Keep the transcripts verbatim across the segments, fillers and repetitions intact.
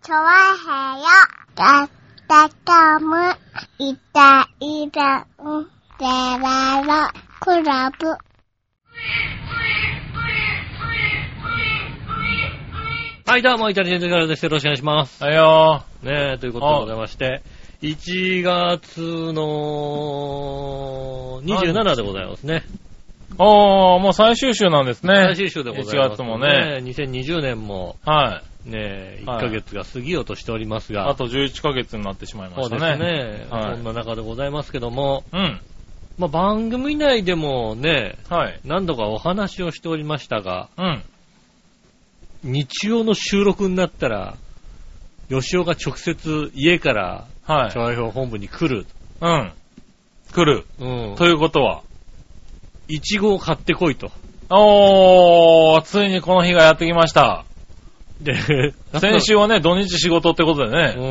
チョワヘヨだったかむいたいたんでららクラブ。 はい、どうも、イタリアンジェネラルです。よろしくお願いします。 はいよー。ねえ、ということでございまして、いちがつのにじゅうしちでございますね。 ああ、もう最終週なんですね。 最終週でございます、ね。 いちがつもね。 にせんにじゅうねんも。 はい。 ねえ、いっかげつが過ぎようとしておりますが。 あとじゅういっかげつになってしまいましたね。 そうですね。はい、そんな中でございますけども。 うん。 まあ、番組内でもね、 はい。 何度かお話をしておりましたが。 うん。 日曜の収録になったら、吉尾が直接家から、 はい。 調和表本部に来る。 うん。来る。 うん。 ということは、 イチゴを買ってこいと。 おー、ついにこの日がやってきました。 で、 先週はね、土日仕事ってことでね、 うん。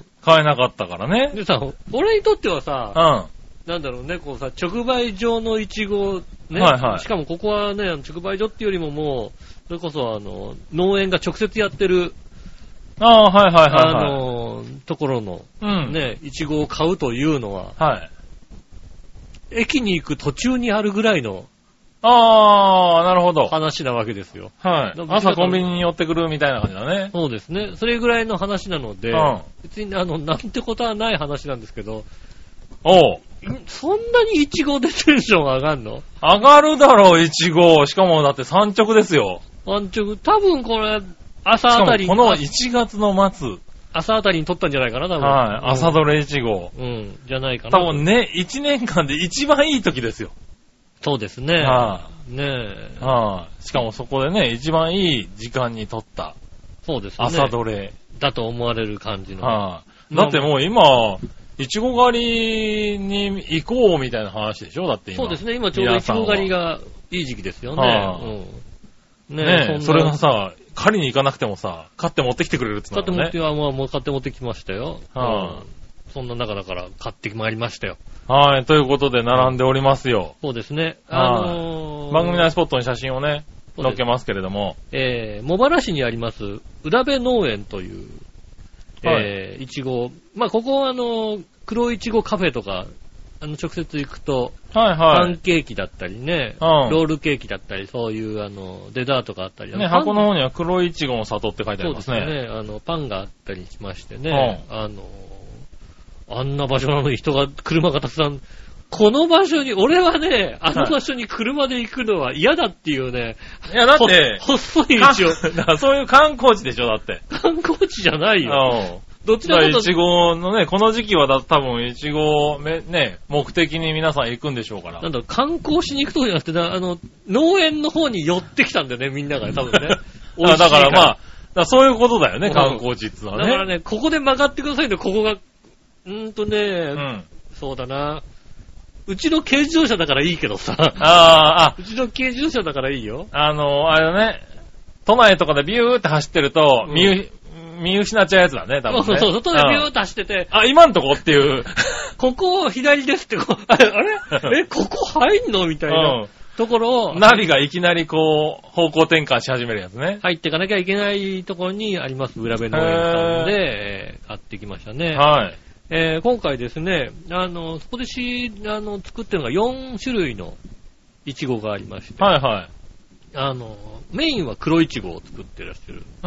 買えなかったからね。 でさ、俺にとってはさ、 うん。 なんだろうね、こうさ、直売所のイチゴね、 はいはい。 しかもここはね、直売所っていうよりももう、それこそあの、農園が直接やってる、 ああ、はいはいはい、はい。 あの、ところの、 うん。 ね、イチゴを買うというのは、 はい。 駅に行く途中にあるぐらいの、 ああ、なるほど。 話なわけですよ。 はい。朝コンビニに寄ってくるみたいな感じだね。 そうですね。それぐらいの話なので、うん、別にあの、なんてことはない話なんですけど、 おう。 そんなにイチゴでテンション上がんの？ 上がるだろう、イチゴ。しかもだって産直ですよ。 産直。多分これ、朝あたりに。 このいちがつの末。 朝あたりに撮ったんじゃないかな、多分。 はい。 うん、 朝どれイチゴ。 うん。じゃないかな。 多分ね、いちねんかんで一番いい時ですよ。 そうですね。 はい、ねえ。 はい、しかもそこでね、一番いい時間に撮った。 そうですね。 朝どれ。 だと思われる感じの。 はい、だってもう今、いちご狩りに行こうみたいな話でしょだって今。 そうですね。今ちょうどいちご狩りがいい時期ですよね。 はうん、 ねえ、そ, それがさ、狩りに行かなくてもさ、買って持ってきてくれるって言ったらね。 買って持って、もう買って持ってきましたよ。 はあ、 うん、そんな中だから買ってまいりましたよ。 はい、ということで並んでおりますよ。 そうですね。あのー、 番組内スポットに写真をね、載っけますけれども。 えー、茂原市にあります、浦部農園という、はい、えー、いちご。まあ、ここはあの、黒いちごカフェとか、あの、直接行くと、 はいはい。 パンケーキだったりね、うん、ロールケーキだったり、そういうあの、デザートがあったり。 ね、箱の方には黒いちごの里って書いてありますね。 そうですね。あの、パンがあったりしましてね、うん、あの、あんな場所なのに人が、車がたくさん、この場所に、俺はね、あの場所に車で行くのは嫌だっていうね。 いや、だって、 細い道を。 そういう観光地でしょ、だって。 観光地じゃないよ。どちらかというと。 いちごのね、この時期はだ多分いちごをね、目的に皆さん行くんでしょうから。 なんだろう、観光しに行くとこじゃなくて、あの、農園の方に寄ってきたんだよね、みんなが多分ね。 だからまあ、だからそういうことだよね、観光地ってのはね。 だからね、ここで曲がってくださいね、ここが。うーんとね、 うん、 そうだな。うちの軽自動車だからいいけどさ。ああ、 うちの軽自動車だからいいよ。 あの、あれだね、都内とかでビューって走ってると、うん、見、見失っちゃうやつだね、多分ね。 そうそう、外でビューって走ってて。 あ、今んとこっていう。 ここ左ですってこう、あれあれえ、ここ入んのみたいな。うんところを、 ナビがいきなりこう、方向転換し始めるやつね。 入っていかなきゃいけないところにあります、浦部農園さんで、えー、買ってきましたね。 はい。 えー、今回ですね、あの、そこでし、あの、作ってるのがよんしゅるいのイチゴがありまして。 はいはい。 あの、メインは黒イチゴを作ってらっしゃる、 うん。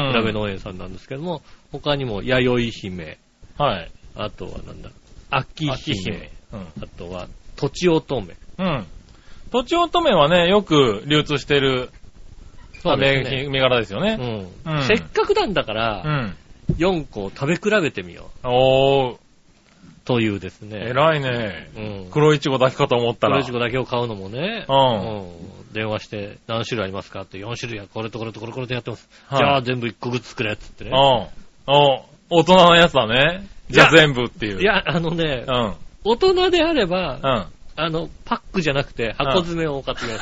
浦部農園さんなんですけども、他にも、弥生姫。 はい。 あとはなんだ、秋姫。 姫。うん。 あとは、とちおとめ。 うん。とちおとめはね、よく流通してる、そうですね。銘柄ですよね。 うん。うん、せっかくなんだから、 うん。 よんこ食べ比べてみよう。 おー。 というですね。 偉いね。 うん。 黒いちごだけかと思ったら。 黒いちごだけを買うのもね。 うん。 うん。電話して、何種類ありますかって、よんしゅるいはこれとこれとこれとこれでやってます。はい、じゃあ全部いっこずつ作れっつってね。 うん。お大人のやつだね。じゃあ全部っていう。 いや、あのね、 うん。 大人であれば、 うん。 あの、パックじゃなくて箱詰めを買ってきます。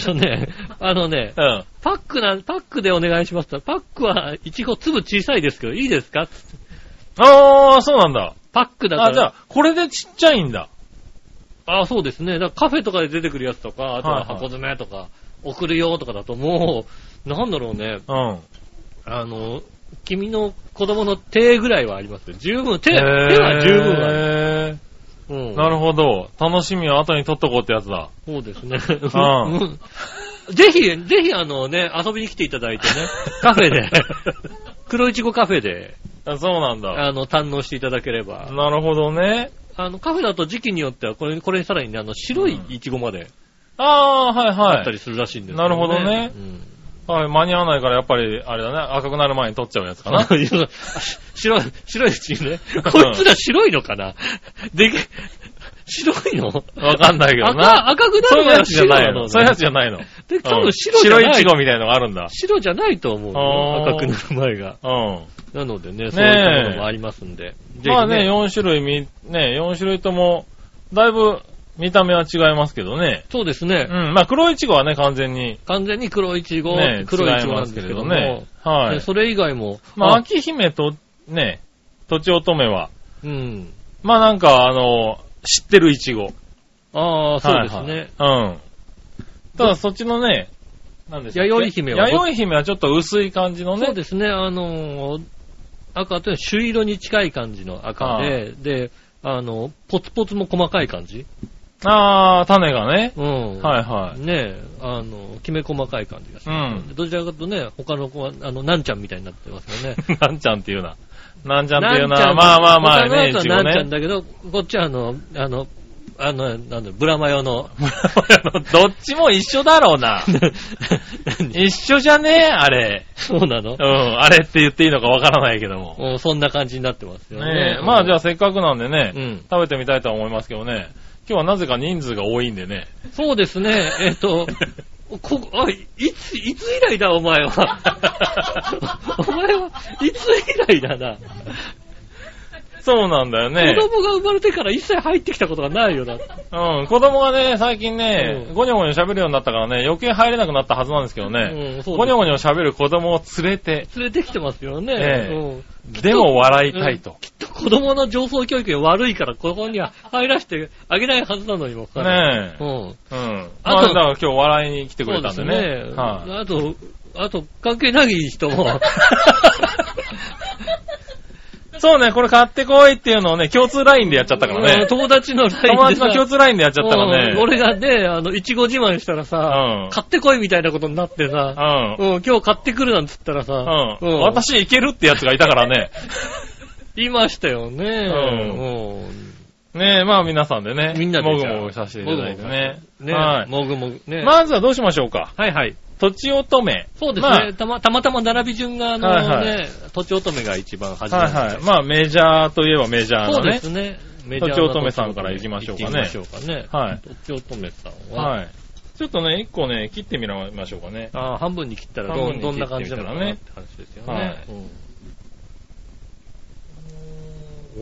あのね、あのね、 うん、 パックな、パックでお願いしますと、パックはイチゴ粒小さいですけど、いいですかつって。 ああ、そうなんだ。 パックだから。 あ、じゃあ、これでちっちゃいんだ。 ああ、そうですね。だからカフェとかで出てくるやつとか、あとは箱詰めとか、はいはい、送るよとかだともう、なんだろうね。 うん。 あの、 君の子供の手ぐらいはありますよ。十分、手、手は十分ある。うん、 なるほど。楽しみを後に取っとこうってやつだ。 そうですね。うん、ぜひ、ぜひあのね、遊びに来ていただいてね、カフェで、黒いちごカフェで、 あ、そうなんだ。 あの、堪能していただければ。 なるほどね。 あの、カフェだと時期によっては、これ、これさらにね、あの、白いいちごまで、うん、 ああ、はいはい。 あったりするらしいんですよね。なるほどね。うんはい、間に合わないからやっぱり、あれだね、赤くなる前に取っちゃうやつかな。 白い、白いうちにね。こいつら白いのかなで、白いのわかんないけどな。 赤、赤くなる前は白いの。 そういうやつじゃないの。 で、多分白じゃない。 白いちごみたいなのがあるんだ。 白じゃないと思うよ。赤くなる前が。うん。なのでね、そういったものもありますんで。 まあね、よん種類み、ね、よん種類とも、だいぶ、見た目は違いますけどね。 そうですね。 うん。まあ黒いちごはね、完全に。 完全に黒いちご。 ね、 黒いちごなんですけどね。はい。それ以外も。 まあ、秋姫と、ね、とちおとめは。 うん。 まあなんか、あの、知ってるいちご。 ああ、そうですね。 うん。ただそっちのね、なんですか。 弥生姫は。 弥生姫はちょっと薄い感じのね。 そうですね。あの、赤というのは朱色に近い感じの赤で、で、あの、ポツポツも細かい感じ。 ああ、種がね。 うん。 はいはい。 ねえ、あの、きめ細かい感じがします、ね。うん。どちらかというとね、他の子は、あの、なんちゃんみたいになってますよね。 なんちゃんっていうな。なんちゃんっていうな。まあまあまあね、 一応ね。なんちゃんだけど、こっちはあの、あの、あの、なんだ、ブラマヨの。 どっちも一緒だろうな。一緒じゃねえあれ。 そうなの？ うん。あれって言っていいのかわからないけども。 うん、そんな感じになってますよね。 ねえ。まあじゃあせっかくなんでね、うん、食べてみたいとは思いますけどね。今日はなぜか人数が多いんでね。 そうですね。えっと、こ、あ、いつ、いつ以来だお前は。お前はいつ以来だな。 そうなんだよね。 子供が生まれてから一切入ってきたことがないよな。 うん、子供がね、最近ね、うん、ゴニョゴニョ喋るようになったからね、余計入れなくなったはずなんですけどね。うん、ゴニョゴニョ喋る子供を連れて。 連れてきてますよね。 えーうん、でも笑いたいと、うん。 きっと子供の上層教育が悪いから、ここには入らせてあげないはずなのにも。 ねえ。うん。うん。あと、まあ、だから今日笑いに来てくれたんでね。そうですね。 はい、あと、あと、関係ない人も。 そうね、これ買ってこいっていうのをね、共通ラインでやっちゃったからね。 友達のラインで。 友達の共通ラインでやっちゃったからね。 俺がね、あの、いちご自慢したらさ、うん、買ってこいみたいなことになってさ、うん、うん、今日買ってくるなんつったらさ、 うんうん、私いけるってやつがいたからね。 言いましたよね。 うんうん、ねえ、まあ皆さんでね、みんなでもぐもぐさせていただいてね。 ね、はい、もぐもぐね。 まずはどうしましょうか。 はいはい。 とちおとめ。 そうですね。まあ、たま、たまたま並び順があのね、はいはい、とちおとめが一番初めて。 はいはい。まあメジャーといえばメジャーのね。 そうですね。メジャーのとちおとめさんから行きましょうかね。 行きましょうかね。はい。とちおとめさんは。はい。 ちょっとね、一個ね、切ってみましょうかね。 ああ、半分に切ったらど、どんな感じなのかなって話ですよね。はい。 うん、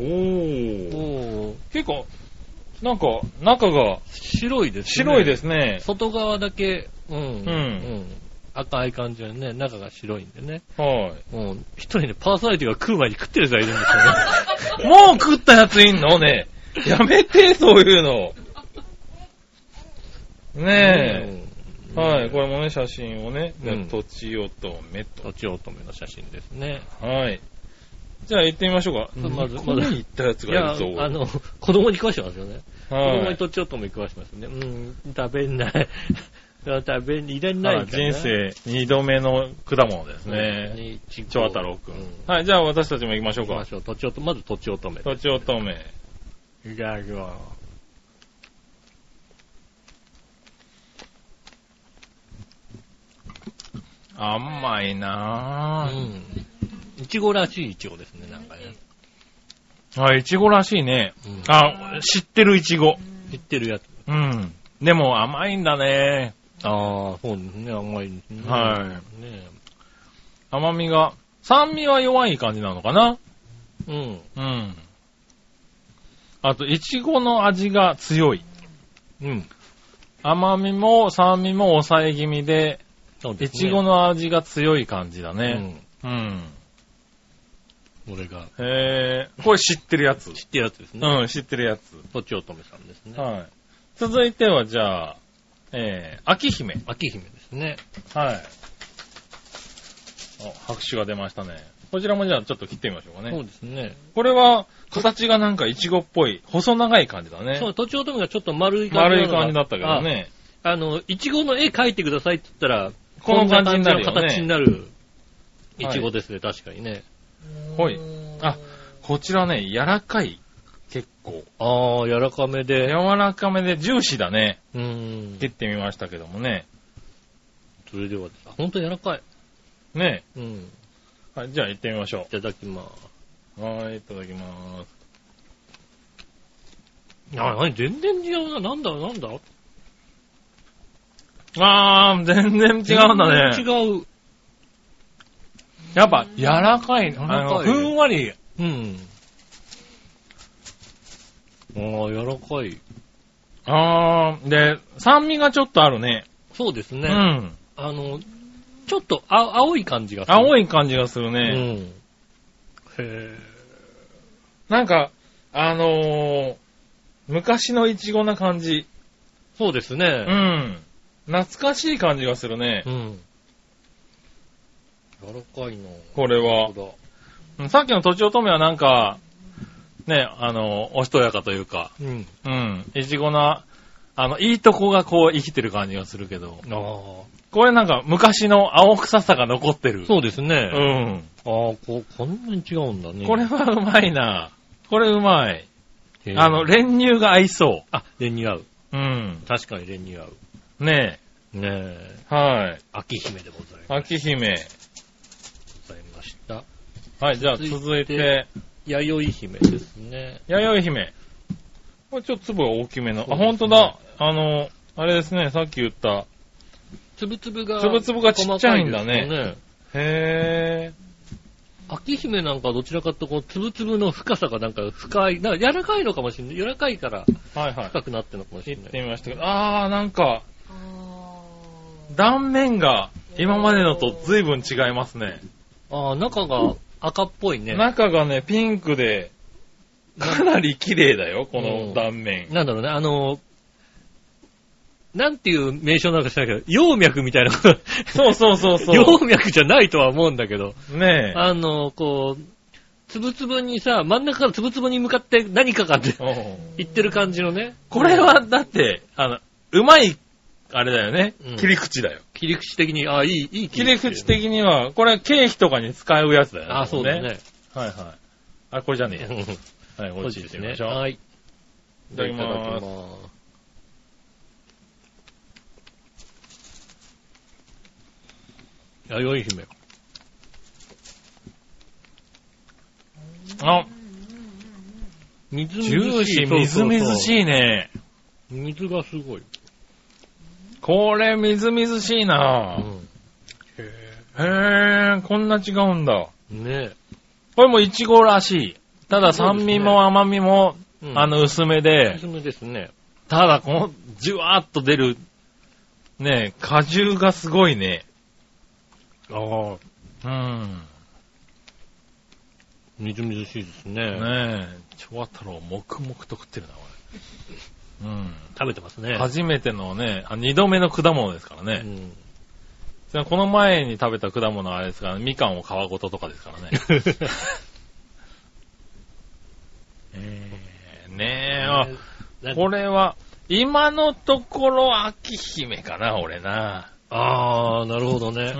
おー。結構、なんか、中が白いですね。 白いですね。 外側だけ、うん。うん。うん、赤い感じでね、中が白いんでね。 はい。 うん。一人ね、パーソナリティが食う前に食ってるやつがいるんですよね。もう食ったやついんのね。やめて、そういうの。ねえ。うん、はい。これもね、写真をね、とちおとめと。 とちおとめの写真ですね。 はい。じゃあ行ってみましょうか。うん、まず、まず。行ったやつがいるぞ。 いや、あの、子供に食わしてますよね。はい。子供にとちおとめ食わしてますよね。うん、食べない。食べ、入れないか人な。 生二度目の果物ですね。長太郎くん。はい、じゃあ私たちも行きましょうか。行きましょう。 とちおとめ、まずとちおとめ。 とちおとめ。 いただきます。 甘いなぁ。うん。 いちごらしいいちごですね、なんかね。 あ、いちごらしいね。うん、あ、知ってるいちご。 知ってるやつ。 うん。でも甘いんだね。 ああ、そうですね、甘いですね。 はい。ね、甘みが、酸味は弱い感じなのかな？ うん。 うん。あと、いちごの味が強い。 うん。 甘みも酸味も抑え気味で、いちごの味が強い感じだね。うん。うん。 俺が。 へー。これ知ってるやつ。 知ってるやつですね。 うん、知ってるやつ。 とちおとめさんですね。 はい。続いては、じゃあ、えー、秋姫。 秋姫ですね。 はい。お、拍手が出ましたね。 こちらもじゃあちょっと切ってみましょうかね。 そうですね。 これは、形がなんかイチゴっぽい、細長い感じだね。 そう、とちおとめがちょっと丸い感じ。 丸い感じだったけどね。 あの、イチゴの絵描いてくださいって言ったら、 この感じになるよね。 こんな感じの形になるイチゴですね、はい、確かにね。 ほい。あ、こちらね、柔らかい。結構。 ああ、柔らかめで。 柔らかめでジューシーだね。 うん。 切ってみましたけどもね。 それでは、ほんと柔らかい。 ねえ。うん。 はい、じゃあ行ってみましょう。 いただきます。 はい、いただきます。 あ、なに全然違うな。なんだ、なんだあー、全然違うんだね。 全然違う。 やっぱ、柔らかい。あの、ふんわり。 うん。ああ、柔らかい。 あー、で、酸味がちょっとあるね。 そうですね。 うん。 あの、ちょっとあ青い感じがする。 青い感じがするね。 うん。へー。なんか、あのー、昔のイチゴな感じ。 そうですね。 うん。懐かしい感じがするね。 うん。柔らかいの。 これは。さっきのとちおとめはなんか、ね、あの、おしとやかというか。 うん。 うん。いちごな、あの、いいとこがこう生きてる感じがするけど。 ああ。 これなんか昔の青臭さが残ってる。 そうですね。 うん。 ああ、こ、こんなに違うんだね。 これはうまいな。これうまい。あの、練乳が合いそう。 あ、練乳合う。 うん。 確かに練乳合う。 ねえ。ねえ。 はい。 秋姫でございます。 秋姫。 ございました。 はい、じゃあ続いて。 弥生姫ですね。 弥生姫。これちょっと粒が大きめの。ね、あ、ほんとだ。あの、あれですね、さっき言った。 つぶつぶが。 つぶつぶがちっちゃいんだね。ねへー。 秋姫なんかどちらかとこう、つぶつぶの深さがなんか深い。なんか柔らかいのかもしれない。柔らかいから、深くなってるのかもしれない。 はいはい、切ってみましたけど、あー、なんか、断面が今までのと随分違いますね。 あー、中が赤っぽいね。 中がね、ピンクで、かなり綺麗だよ、この断面。 うん、なんだろうね、あの、なんていう名称なのか知らないけど、葉脈みたいなこと。 そうそうそうそう。 葉脈じゃないとは思うんだけど。 ねえ。 あの、こう、つぶつぶにさ、真ん中からつぶつぶに向かって何かがって言ってる感じのね。 これはだって、あの、うまい、あれだよね、うん。切り口だよ。 切り口的に、あ、いい、いい切り口。 切り口的には、これ経費とかに使うやつだよね。 あ、そうですね。 はいはい。あ、これじゃねえや。はい、こっち行ってみましょう。 はい。いただきます。 弥生姫。 あ、 みずみずしい。 ジューシー、みずみずしいね。 水がすごい。 これ、みずみずしいな、うん、へぇー、こんな違うんだ。 ねえ。 これもイチゴらしい。ただ酸味も甘みも、ね、あの、薄めで。 薄めですね。 ただ、この、じゅわーっと出る、ねえ、果汁がすごいね。 ああ。 うん。 みずみずしいですね。 ねえ。チョワ太郎、黙々と食ってるな、俺。うん。 食べてますね。 初めてのね、あ、二度目の果物ですからね。うん。この前に食べた果物はあれですから、ね、みかんを皮ごととかですからね。えー、ねえ、あ、これは、今のところ、秋姫かな、俺な。 あー、なるほどね。 うん。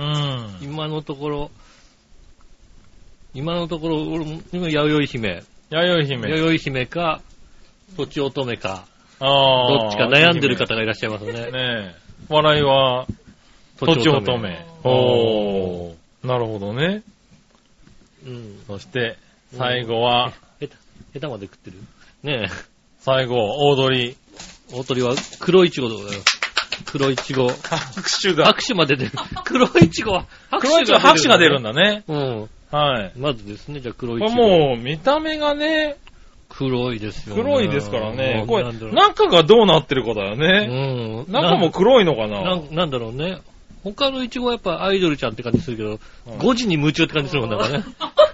今のところ、今のところ、俺も、今、弥生姫。 弥生姫。 弥生姫か、とちおとめか。 あー。 どっちか悩んでる方がいらっしゃいますね。 ねえ。笑いは、とちおとめ。おー。なるほどね。 うん。 そして、最後は、 へた、へたまで食ってるねえ。 最後、大鳥。 大鳥は黒いちごでございます。黒いちご。 拍手が。 拍手まで出る。黒いちごは拍手が出る。黒いちご拍手が出るんだね。 うん。 はい。 まずですね、じゃあ黒いちご。 これもう、見た目がね、 黒いですよね。 黒いですからね。これ、中がどうなってるかだよね。うん。中も黒いのかなな、なんだろうね。他のイチゴはやっぱアイドルちゃんって感じするけど、うん、ごじに夢中って感じするもんだからね。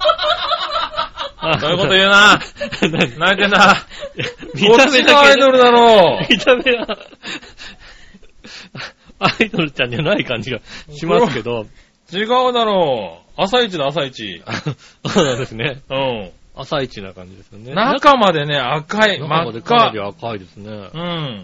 そういうこと言うな。泣いてんな。 見た目だけ。 アイドルだろう。 見た目は、アイドルちゃんじゃない感じがしますけど。 違うだろう。 朝一だ、朝一。 そうなんですね。 うん。 朝一な感じですよね。 中までね、赤い、 中真っまでかなり赤。 赤いですね。 うん。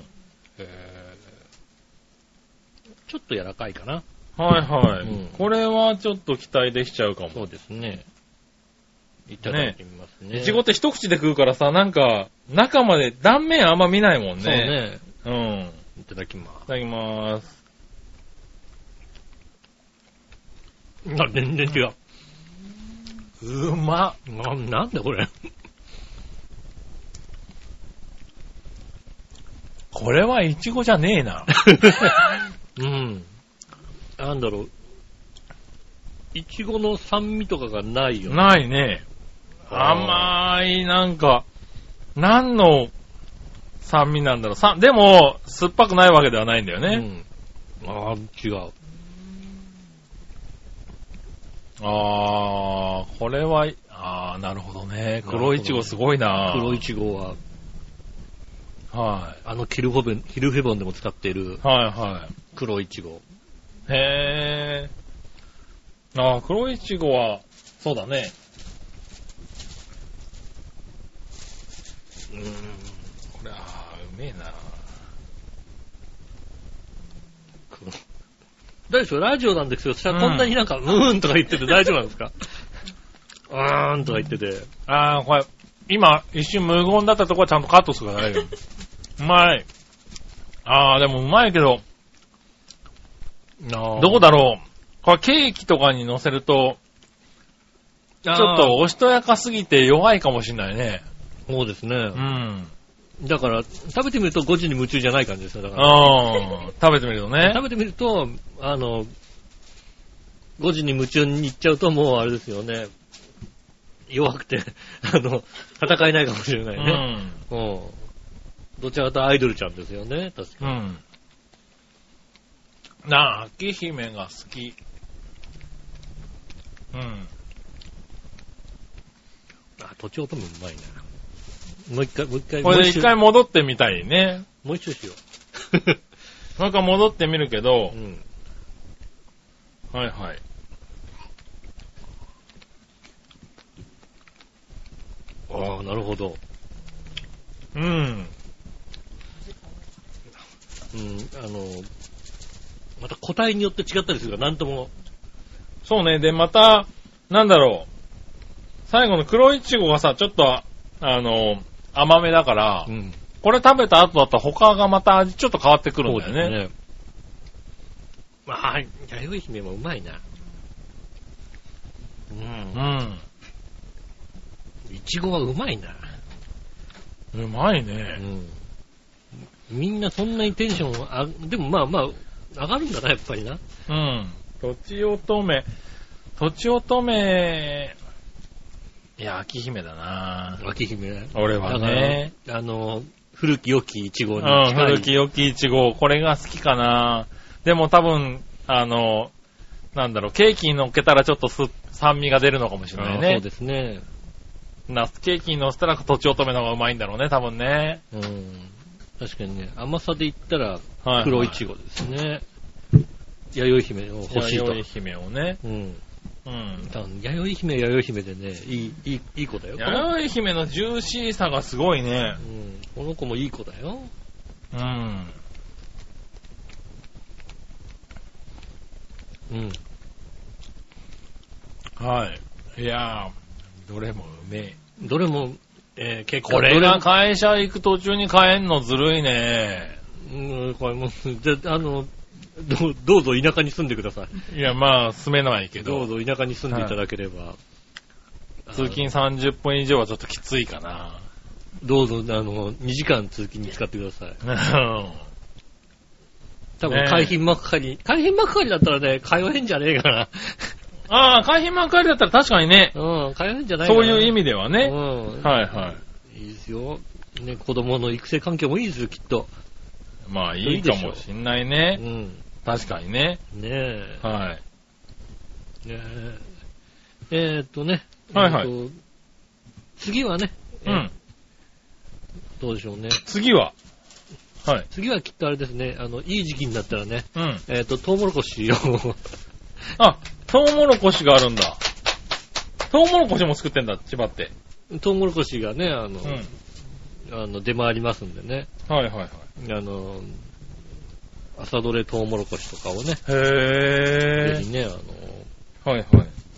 えー、ちょっと柔らかいかな。 はいはい、 うん。 これはちょっと期待できちゃうかも。 そうですね。いただいてみますね。 いちごって一口で食うからさ、なんか、中まで断面あんま見ないもんね。 そうね。 うん。 いただきます。 いただきまーす。 あ、全然違う。 うまっ。 な、なんだこれ。 これはイチゴじゃねえな。 うん。なんだろう。イチゴの酸味とかがないよね。 ないね。甘い、なんか、何の酸味なんだろう。さ、でも、酸っぱくないわけではないんだよね。 うん。ああ、違う。 あー、これは、あー、なるほどね。黒いちごすごいな。 黒いちごは、 はい。 あのキルフォベン、キルフェボンでも使っている、 はいはい。 黒いちご。 へー。あー、黒いちごは、そうだね。 うーん。これ、あー、うめえな。 大丈夫ですよ、ラジオなんですよ。そしたらこんなになんか、うーんとか言ってて大丈夫なんですか？うーんとか言ってて。 あー、これ、今、一瞬無言だったとこはちゃんとカットするから大丈夫。うまい。あー、でもうまいけど、どこだろう。これケーキとかに乗せると、ちょっとおしとやかすぎて弱いかもしれないね。 そうですね。 うん。 だから、食べてみるとごじに夢中じゃない感じですよ。だから。 ああ、食べてみるとね。 食べてみると、あの、ごじに夢中に行っちゃうともうあれですよね。弱くて、あの、戦えないかもしれないね。うん。うん。どちらかとアイドルちゃんですよね。確かに。うん。 なあ、秋姫が好き。うん。 あ、とちおとめうまいな。もう一回、もう一回。 これで一回戻ってみたいね。 もう一度しよう。もう一回戻ってみるけど、 うん、 はいはい。 ああ、なるほど。 うん。うん、 あの、また個体によって違ったりするから、なんとも。 そうね、で、また、なんだろう。最後の黒いちごがさ、ちょっと、あの、甘めだから、うん、これ食べた後だったら他がまた味ちょっと変わってくるんだよね。そうですね。 まあ、弥生姫もうまいな。うん。うん。いちごはうまいな。 うまいね。 うん。みんなそんなにテンションあ、でもまあまあ、上がるんだな、やっぱりな。 うん。とちおとめ、とちおとめ、いや、秋姫だなぁ。 秋姫。 俺はね。 あの、古き良きイチゴに近い。うん、古き良きイチゴ。これが好きかなぁ。でも多分、あの、なんだろう、ケーキに乗っけたらちょっとす酸味が出るのかもしれないね。 そうですね。 な、ケーキに乗せたらとちおとめの方がうまいんだろうね、多分ね。 うん。確かにね、甘さで言ったら黒いちごですね。はいはい、弥生姫を欲しいと。 弥生姫をね。 うん。うん。弥生姫は弥生姫でね、いい、いい、いい子だよ。 弥生姫のジューシーさがすごいね。 うん。この子もいい子だよ。 うん。 うん。 はい。いやー、どれもうめえ。 どれも、えー、結構。 これが会社行く途中に買えんのずるいね。 うん、これもう、じゃ、あの、ど, どうぞ田舎に住んでください。いや、まあ、住めないけど。 どうぞ田舎に住んでいただければ。はい、 通勤さんじゅっぷん以上はちょっときついかな。 どうぞ、あの、にじかん通勤に使ってください。多分、海浜幕張、海浜幕張だったらね、通えんじゃねえかな。 ああ、海浜幕張だったら確かにね。 うん、通えんじゃないかな。 そういう意味ではね。 うん。 はいはい。 いいですよ。ね、子供の育成環境もいいですよ、きっと。 まあ、いいかもしんないね。 うん。 確かにね。 ねえ。 はい。 ねえ。えー、っとね。 はいはい。 次はね。 うん。 どうでしょうね。 次ははい。 次はきっとあれですね。あの、いい時期になったらね。 うん。 えー、っと、トウモロコシを。 あ、 トウモロコシがあるんだ。トウモロコシも作ってんだ、千葉って。 トウモロコシがね、あの、 うん、 あの出回りますんでね。 はいはいはい。 あの、朝どれトウモロコシとかをね。 へぇー。 ぜひね、あの、はいはい。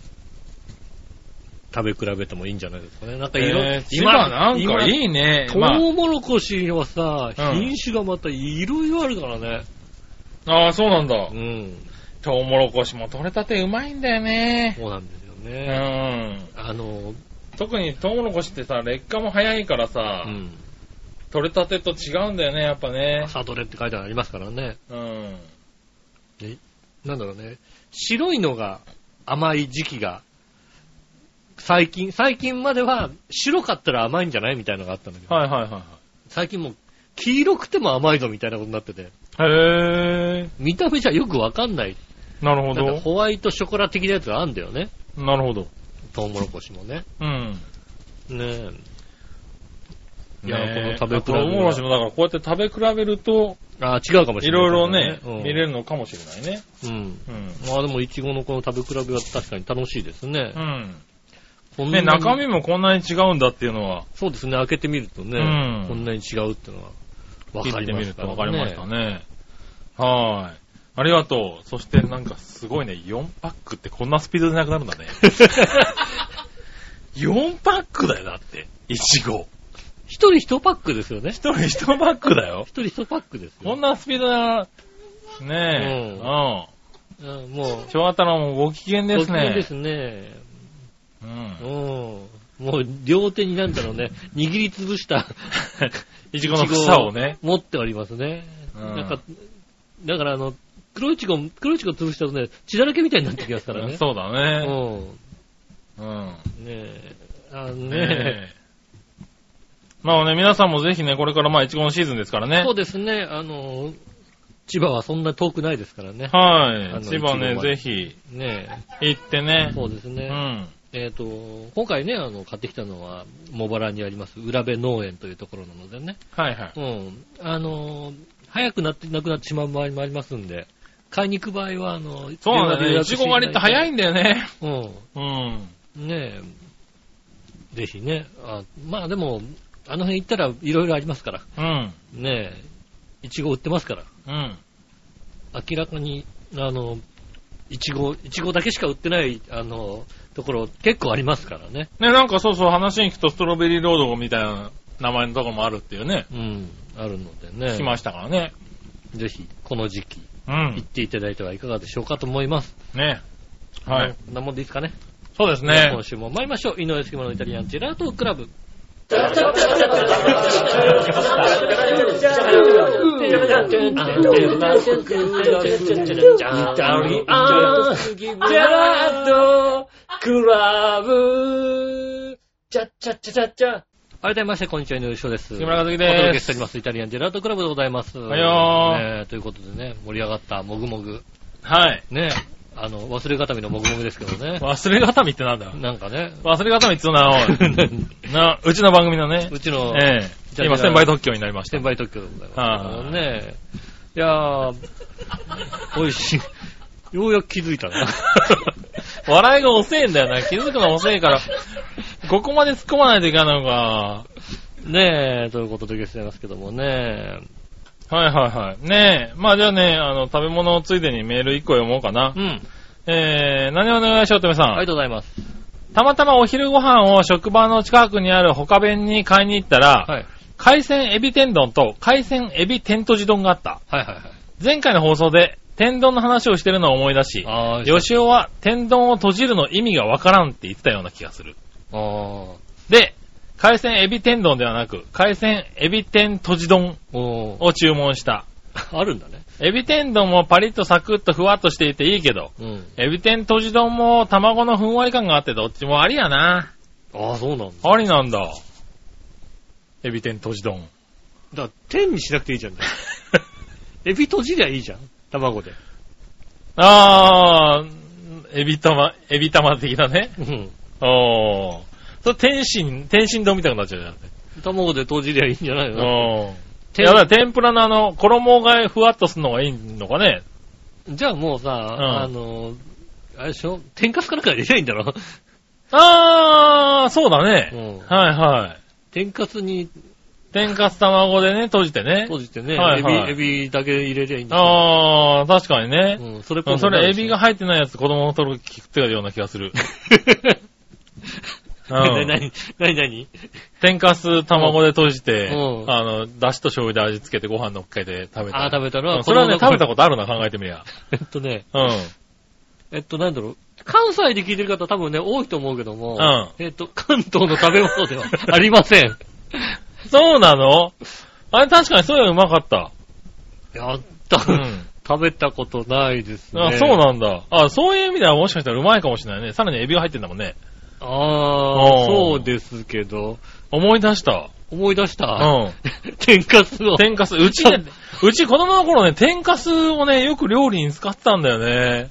食べ比べてもいいんじゃないですかね。なんか色、 えー、今なんかいいね。 トウモロコシはさ、まあ、品種がまたいろいろあるからね。 ああ、そうなんだ。 うん。 トウモロコシも取れたてうまいんだよね。 そうなんですよね。うん。あの、 特にトウモロコシってさ、劣化も早いからさ、うん、取れたてと違うんだよね、やっぱね。 朝どれって書いてありますからね。 うん。 え、なんだろうね。白いのが甘い時期が、最近、最近までは白かったら甘いんじゃないみたいなのがあったんだけど。 はいはいはい、はい。 最近もう黄色くても甘いぞみたいなことになってて。 へー。 見た目じゃよくわかんない。 なるほど。 なんかホワイトショコラ的なやつがあるんだよね。 なるほど。 トウモロコシもね。 うん。 ねえ。 いや、この食べ比べ。トウモロコシもだからこうやって食べ比べると、 ああ、違うかもしれない、 ね。いろいろね、うん、見れるのかもしれないね。 うん。うん。まあでも、イチゴのこの食べ比べは確かに楽しいですね。 うん。こんなにね、中身もこんなに違うんだっていうのは。 そうですね、開けてみるとね、うん、こんなに違うっていうのは分かりましたね。 分かりましたね。はーい。ありがとう。そしてなんかすごいね、よんパックってこんなスピードでなくなるんだね。よんパックだよ、だって。いちご。 一人一パックですよね。 一人一パックだよ。 一人一パックですよ。 こんなスピードな、ねえ。うん。 うん。もう。 超あたらもご機嫌ですね。 ご機嫌ですね。うん。うん。もう両手になんだろうね、握りつぶしたいちごの房をね。 持っておりますね。うん。なんか、だからあの、黒いちご、黒いちご潰したとね、血だらけみたいになってきますからね。 そうだね。 うん。うん。ねえ。あのねえ。まあね、皆さんもぜひね、これからまあいちごのシーズンですからね。 そうですね。あの、千葉はそんな遠くないですからね。 はい。千葉ね、ぜひ。 ねえ。行ってね。 そうですね。 うん。 えっと、今回ね、あの、買ってきたのは、茂原にあります、浦部農園というところなのでね。 はいはい。 うん。あの、早くなって、なくなってしまう場合もありますんで、買いに行く場合は、あの、 そうなんだね。いちご狩りって早いんだよね。 うん。 うん。 ねえ。ぜひね。あ、まあでも、あの辺行ったらいろいろありますから。 うん。 ねえ。いちご売ってますから。 うん。 明らかに、あの、いちご、いちごだけしか売ってない、あの、ところ結構ありますからね。 ね、なんかそうそう話に行くとストロベリーロードみたいな名前のところもあるっていうね。 うん。あるのでね。 聞きましたからね。 ぜひ、この時期、 うん。 行っていただいてはいかがでしょうかと思います。 ね。はい。 こんなもんでいいですかね。 そうですね。 今週も参りましょう。井上杉村のイタリアンジェラートクラブ。改めまして、こんにちは、井上翔です。 木村和樹です。 お届けしております、イタリアンジェラートクラブでございます。 はいよー、ね。ということでね、盛り上がったもぐもぐ。 はい。 ね。あの、忘れがたみのもぐもぐですけどね。 忘れがたみってなんだよ。 なんかね。 忘れがたみって言うな、おい。な、うちの番組のね。 うちの。 ええ。今、専売特許になりました。 専売特許でございます。はね。いやー、おいしい。ようやく気づいたな。 笑いが遅いんだよな。気づくの遅いから。ここまで突っ込まないといけないのか。 ねえ、ということでしてますけどもね。 はいはいはい。ねえ。まあじゃあね、あの、食べ物ついでにメールいっこ読もうかな。 うん。 えー、何をお願いしよう、とめさん。 ありがとうございます。 たまたまお昼ご飯を職場の近くにある他弁に買いに行ったら、はい、海鮮エビ天丼と海鮮エビ天とじ丼があった。 はいはいはい。 前回の放送で天丼の話をしてるのを思い出し、吉尾は天丼を閉じるの意味がわからんって言ってたような気がする。 あで、海鮮エビ天丼ではなく、海鮮エビ天とじ丼を注文した。 あるんだね。 エビ天丼もパリッとサクッとふわっとしていていいけど、うん、エビ天とじ丼も卵のふんわり感があってどっちもありやな。 ああ、そうなんだ。 ありなんだ。エビ天とじ丼。 だから天にしなくていいじゃん。エビとじりゃいいじゃん。卵で。 あー、エビ玉、エビ玉的だね。 うん。 おー。それ天津、天津丼みたいになっちゃうじゃん。 卵でとじりゃいいんじゃないの？ おー。いやだ、天ぷらのあの、衣がふわっとするのがいいのかね。 じゃあもうさ、うん、あの、 あれでしょ天かすかなんか入れないんだろあー、そうだね。 うん。 はいはい。 天かすに、 天かす卵でね、閉じてね。 閉じてね。 はいはい、 エビ、エビだけ入れりゃいいんだあー、確かにね。 うん、それっぽい。 それエビが入ってないやつ子供の頃食ってたような気がする。 うん、なになになに天かす卵で閉じて、うん、あの、だしと醤油で味付けてご飯乗っけて食べた。 あ、食べたのは、 うん、それはね、食べたことあるな、考えてみりゃ。 えっとね、 うん。 えっと、なんだろう。関西で聞いてる方多分ね、多いと思うけども、 うん。 えっと、関東の食べ物ではありません。 そうなの？あれ確かにそういうのうまかった。 やった。うん。食べたことないですね。 あ、そうなんだ。あ、そういう意味ではもしかしたらうまいかもしれないね。さらにエビが入ってんだもんね。 ああ、そうですけど。 思い出した。 思い出した。 うん。 天かすを。 天かす。うちね、うち子供の頃ね、天かすをね、よく料理に使ってたんだよね。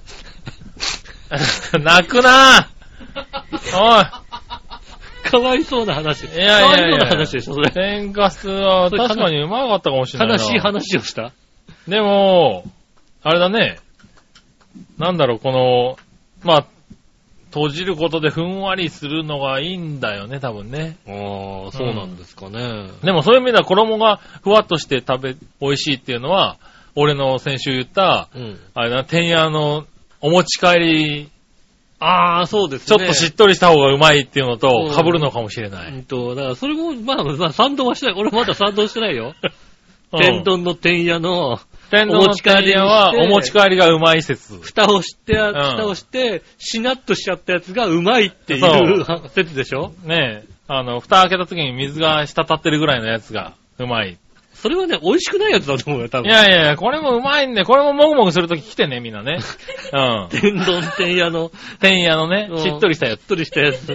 泣くなぁ。おい。 かわいそうな話。 いやいやいや。かわいそうな話でしょ、それ。 天かすは確かにうまかったかもしれないな。 悲しい話をした。 でも、あれだね。なんだろう、この、まあ、閉じることでふんわりするのがいいんだよね、多分ね。 ああ、そうなんですかね、うん。 でもそういう意味では衣がふわっとして食べ、美味しいっていうのは、俺の先週言った、うん、あれだ、天屋のお持ち帰り、 ああ、そうですね。 ちょっとしっとりした方がうまいっていうのと被るのかもしれない。 うんと、だからそれも、まあ、まあ、賛同はしてない。俺まだ賛同してないよ。うん、天丼の天屋の、 天丼の天屋はお持ち帰りがうまい説。 蓋をして、うん、蓋をして、しなっとしちゃったやつがうまいっていう説でしょ？ ねえ。あの、蓋開けた時に水が滴ってるぐらいのやつがうまい。 それはね、美味しくないやつだと思うよ、多分。 いやいやいや、これもうまいんで、これももぐもぐするとき来てね、みんなね。うん。 天丼天屋の。 天屋のね、しっとりしたやつ。 しっとりしたやつ。 うん。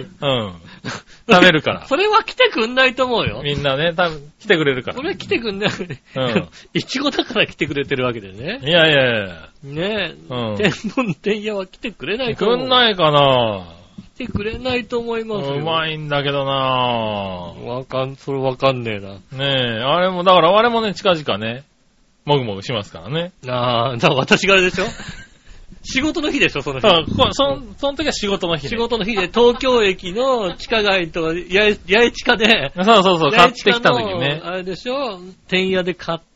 食べるから。 それは来てくんないと思うよ。 みんなね、多分来てくれるから。 それは来てくんない。うん。いちごだから来てくれてるわけでね。 いやいやいや。 ねえ。うん。天丼天屋は来てくれないと思う。 来んないかな来てくれないと思いますよ。 うまいんだけどなぁ。 わかん、それわかんねえな。 ねえ、あれも、だからあれもね、近々ね、もぐもぐしますからね。 ああ、だから私があれでしょ仕事の日でしょ、その日。 あその、その時は仕事の日、ね。 仕事の日で東京駅の地下街とか、八重地下で。 そうそうそう、買ってきた時にね。 あれでしょ天屋で買って、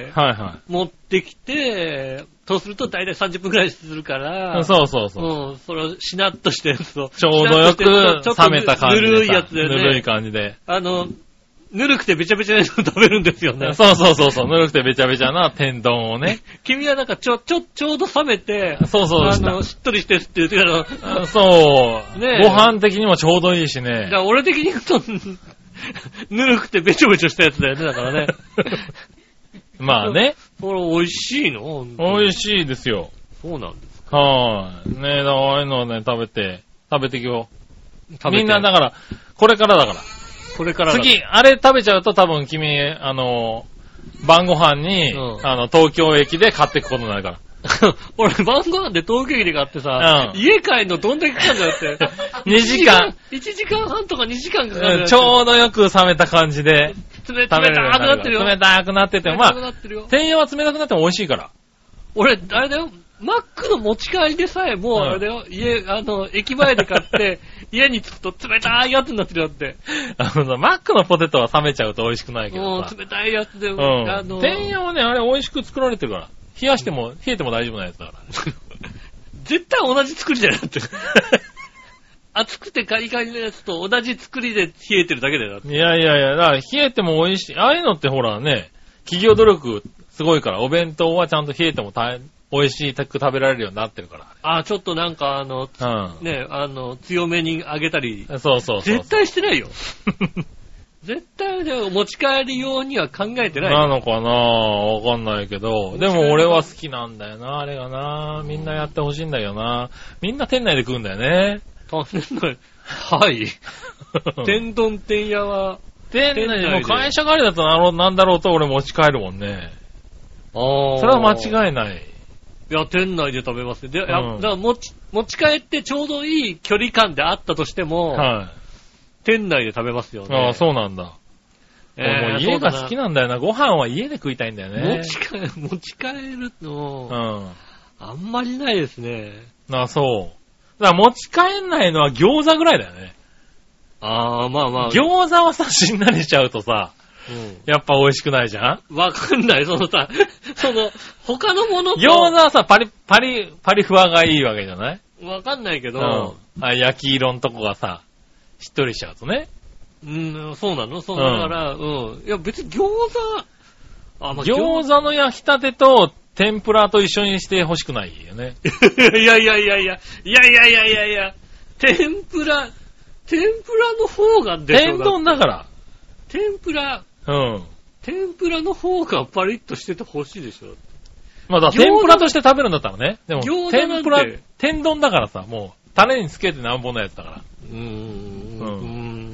はいはい。 持ってきて、そうすると大体さんじゅっぷんくらいするから、 そうそうそう。 うん、それをしなっとしてると。 ちょうどよく冷めた感じで。 ぬるいやつでね。 ぬるい感じで。 あの、ぬるくてべちゃべちゃなの食べるんですよね。 そうそうそうそう、ぬるくてべちゃべちゃな天丼をね。 君はなんかちょ、ちょ、ちょうど冷めて、 そうそうあの、しっとりしてるって言ってたの。 そう。ねご飯的にもちょうどいいしね。 だから俺的に言うと、ぬるくてべちょべちょしたやつだよね、だからね。 まあね。 これ美味しいの？ 美味しいですよ。 そうなんですか。 はい、ねえ、だからああいうのをね、食べて、食べていきよう。みんなだから、これからだから。 これからだ。 次、あれ食べちゃうと多分君、あの、晩ご飯に、うん、あの、東京駅で買っていくことになるから。 俺、晩ご飯で東京駅で買ってさ、うん、家帰るのどんだけかかるんだよって。 にじかん。 いちじかんはんとかにじかんかかる、 うん。ちょうどよく冷めた感じで。 冷たくなってるよ。 冷たくなってても、まあ、天屋は冷たくなっても美味しいから。 俺、あれだよ、マックの持ち帰りでさえもう、あれだよ、うん、家、あの、駅前で買って、家に着くと冷たいやつになってるよって。 あの、マックのポテトは冷めちゃうと美味しくないけどさ。 うん、冷たいやつで、 うん、あの、天屋はね、あれ美味しく作られてるから。冷やしても、冷えても大丈夫なやつだから。 絶対同じ作りじゃなくて。熱くてカリカリのやつと同じ作りで冷えてるだけだよ。 いやいやいや、だから冷えても美味しい。ああいうのってほらね、企業努力すごいから、お弁当はちゃんと冷えても大変、美味しいく食べられるようになってるから。 ああ、ちょっとなんかあの、うん、ね、あの、強めに揚げたり。 そうそうそう。 絶対してないよ。絶対ね、持ち帰り用には考えてない。 なのかなわかんないけど。でも俺は好きなんだよな、あれがな。みんなやってほしいんだよな。みんな店内で食うんだよね。 はい。天丼天屋は、 店内でもう会社帰りだとなんだろうと俺持ち帰るもんね。ああ。それは間違いない。 いや、店内で食べますね。で、うん、だから持ち、持ち帰ってちょうどいい距離感であったとしても、はい。店内で食べますよね。 ああ、そうなんだ。えー、もう家が好きなんだよな。ご飯は家で食いたいんだよね。 持ち帰る、持ち帰るの、うん。あんまりないですね。 あ、そう。だから持ち帰んないのは餃子ぐらいだよね。 ああ、まあまあ。 餃子はさ、しんなりしちゃうとさ、うん、やっぱ美味しくないじゃん？ わかんない。そのさ、その、他のものと。 餃子はさ、パリ、パリ、パリふわがいいわけじゃない？ わかんないけど、 うん、あ、焼き色のとこがさ、しっとりしちゃうとね。 うん、そうなの？そうだから、うん、うん。いや、別に餃子、 あ、まあ、餃子の焼きたてと天ぷらと一緒にして欲しくないよね。 いやいやいやいや、いやいやいやいやいや、天ぷら、天ぷらの方がでしょ。 天丼だから。 天ぷら、 うん。 天ぷらの方がパリッとしてて欲しいでしょ。 まあだ天ぷらとして食べるんだったらね。でも、 餃子天ぷら、天丼だからさ、もう、タレにつけてなんぼのやつだから。 うーん。うん。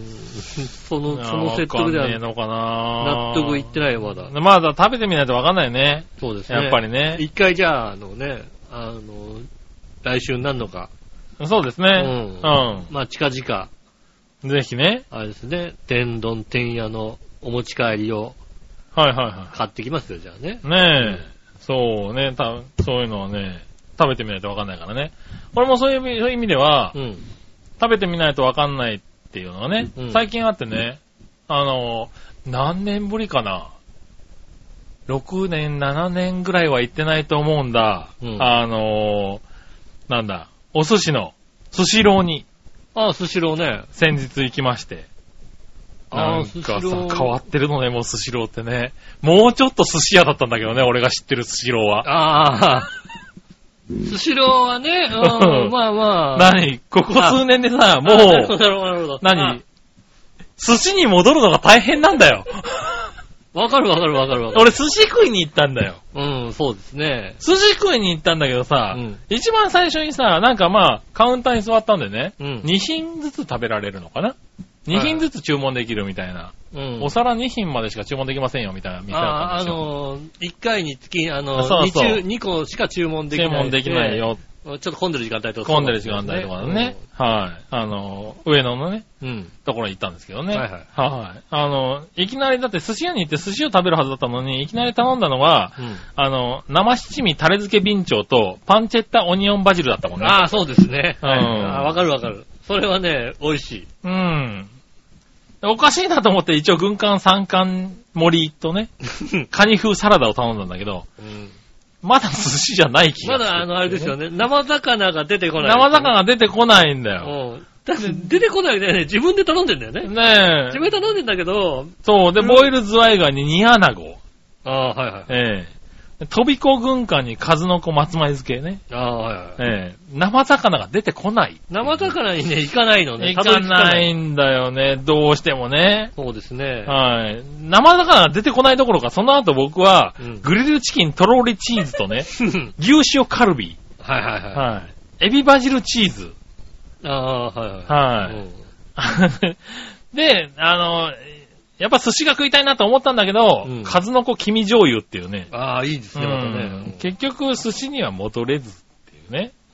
その、その説得ではねえのかな納得いってないよ、まだ。 まだ食べてみないとわかんないよね。 そうですね。 やっぱりね。 一回じゃあ、あのね、あの、来週になるのか。 そうですね。うん。うん。 まあ、近々。 ぜひね。 あれですね、天丼天屋のお持ち帰りを。 はいはいはい。 買ってきますよ、じゃあね。 ねえ。うん、そうね、た、そういうのはね、食べてみないとわかんないからね。これもそういう、そういう意味では、うん、食べてみないとわかんないっていうのはね、うん、最近あってね、あの、何年ぶりかな。ろくねん、ななねんぐらいは行ってないと思うんだ。うん、あの、なんだ、お寿司の、スシローに。 ああ、スシローね。 先日行きまして。なんかさ、変わってるのね、もうスシローってね。もうちょっと寿司屋だったんだけどね、俺が知ってるスシローは。 ああ。スシローはね、うん、まあまあ。 何ここ数年でさ、もう、なるほど、なるほど。何寿司に戻るのが大変なんだよ。 わかるわかるわかるわかる。 俺寿司食いに行ったんだよ。 うん、そうですね。 寿司食いに行ったんだけどさ、うん、一番最初にさ、なんかまあ、カウンターに座ったんでね、うん、に品ずつ食べられるのかなに品ずつ注文できるみたいな。うん、お皿に品までしか注文できませんよみたいな店だったんですよ。あ、あのー、いっかいにつき、あのー、そうそう に, にこしか注文できない。 注文できないよ。 ちょっと混んでる時間帯とか、 ね。混んでる時間帯とかね。うん、はい。あのー、上野のね、うん、ところに行ったんですけどね。はいはい。はい。あのー、いきなりだって寿司屋に行って寿司を食べるはずだったのに、いきなり頼んだのは、うん、あのー、生七味タレ漬けビンチョウとパンチェッタオニオンバジルだったもんね。 ああ、そうですね。うん。あ、わかるわかる。それはね、美味しい。 うん。おかしいなと思って一応軍艦三貫盛りとね、カニ風サラダを頼んだんだけど、うん、まだ寿司じゃない気がする、 ね。まだあのあれですよね、生魚が出てこない、 ね。生魚が出てこないんだよ。 うん、だって出てこないでね、自分で頼んでんだよね。 ねえ。 自分で頼んでんだけど。 そう、で、ボイルズワイガニにアナゴ。 ああ、はいはい。 ええ。飛び子軍艦に数の子松前漬けね。 ああ、はいはい。 ええ。生魚が出てこない。 生魚にね、行かないのね。 行かないんだよね。どうしてもね。 そうですね。 はい。生魚が出てこないどころか、その後僕は、うん、グリルチキンとろりチーズとね、牛塩カルビ。 はいはいはい。はい。 エビバジルチーズ。 ああ、はいはい。 はい。で、あの、やっぱ寿司が食いたいなと思ったんだけど、うん、数の子黄身醤油っていうね。 ああ、いいですね、またね、うん。 結局寿司には戻れずっていうね。うん、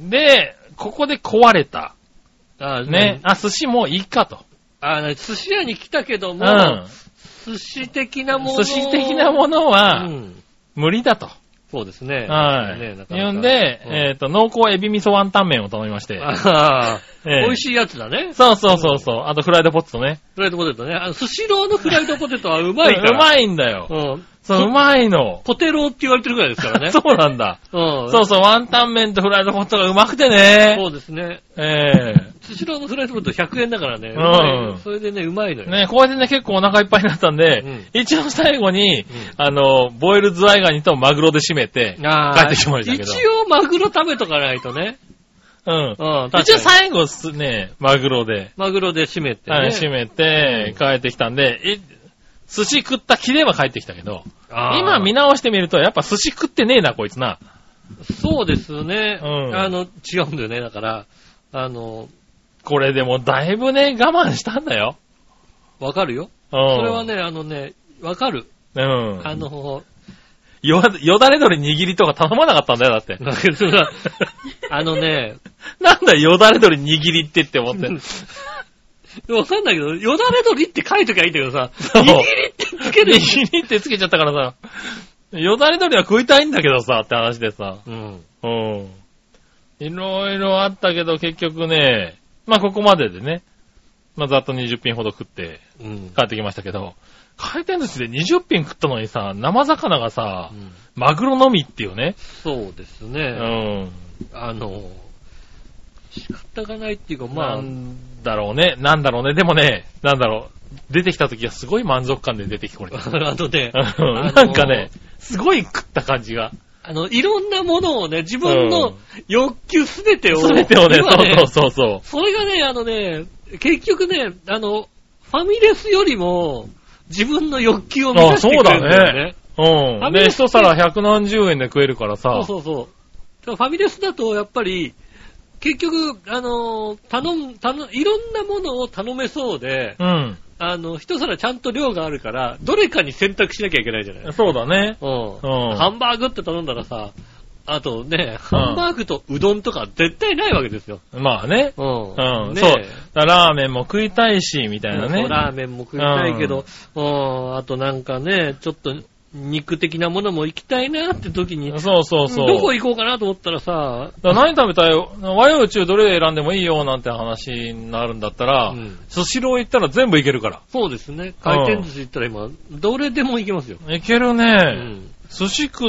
で、ここで壊れた。あね、ね。あ、寿司もういいかと。 あ、寿司屋に来たけども、うん、寿司的なもの。 寿司的なものは、無理だと。 そうですね。 はい。ね、なかなか言うんで、うん、えっ、ー、と、濃厚エビ味噌ワンタン麺を頼みまして。ああ、えー、美味しいやつだね。 そうそうそうそう。あとフライドポテトね。 フライドポテトね。あの、スシローのフライドポテトはうまいから。 うまいんだよ。うん。そう、うまいの。 ポテローって言われてるぐらいですからね。 そうなんだ。うん。そうそう、ワンタン麺とフライドポテトがうまくてね。 そうですね。 ええー。 スシローのフライドポテトひゃくえんだからね。うん。それでね、うまいのよ。 ね、こうやってね、結構お腹いっぱいになったんで、うん、一応最後に、うん、あの、ボイルズワイガニとマグロで締めて、帰ってきましたけど。 一応マグロ食べとかないとね。 うん。うん、一応最後すね、マグロで。 マグロで締めて、ね。 はい、締めて、帰ってきたんで、え、寿司食った気では帰ってきたけど、今見直してみると、やっぱ寿司食ってねえな、こいつな。 そうですね。うん。あの、違うんだよね。だから、あの、 これでもだいぶね、我慢したんだよ。 わかるよ。うん。それはね、あのね、わかる。うん。あの、 よ、よだれ鶏握りとか頼まなかったんだよ、だって。 あのね、 なんだよ、よだれ鶏握りってって思って。 わかんないけど、よだれ鶏って書いときゃいいんだけどさ、握りってつける。 握りってつけちゃったからさ、よだれ鶏は食いたいんだけどさ、って話でさ。うん。うん。 いろいろあったけど結局ね、まあここまででね、まあざっとにじゅっぴんほど食って帰ってきましたけど、うん、回転寿司でにじゅっぴん食ったのにさ、生魚がさ、うん、マグロのみっていうね。 そうですね。うん。あの、仕方がないっていうか、まあ。 なんだろうね、なんだろうね、でもね、なんだろう、出てきた時はすごい満足感で出てきこれた。 あとね、 なんかね、すごい食った感じが。 あの、いろんなものをね、自分の欲求すべてを。 すべてをね、そうそうそう。 それがね、あのね、結局ね、あの、ファミレスよりも、自分の欲求を満たしてくれるんだよね。 そうだね。うん。で、一皿百何十円で食えるからさ。 そうそうそう。ファミレスだと、やっぱり、結局、あの、頼む、頼む、いろんなものを頼めそうで、うん。あの、一皿ちゃんと量があるから、どれかに選択しなきゃいけないじゃない。 そうだね。 うん。うん。ハンバーグって頼んだらさ、あとね、ハンバーグとうどんとか絶対ないわけですよ。 まあね。 うん。 うん。ね、そう。ラーメンも食いたいし、みたいなね。 ラーメンも食いたいけど、うん、あとなんかね、ちょっと肉的なものも行きたいなって時に。 そうそうそう。 どこ行こうかなと思ったらさ。 だ何食べたいよ。和洋中どれ選んでもいいよなんて話になるんだったら、うん、スシロー行ったら全部行けるから。 そうですね。回転寿司行ったら今、どれでも行けますよ。 行けるね。うん、寿司食って、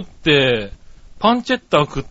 パンチェッタ食って、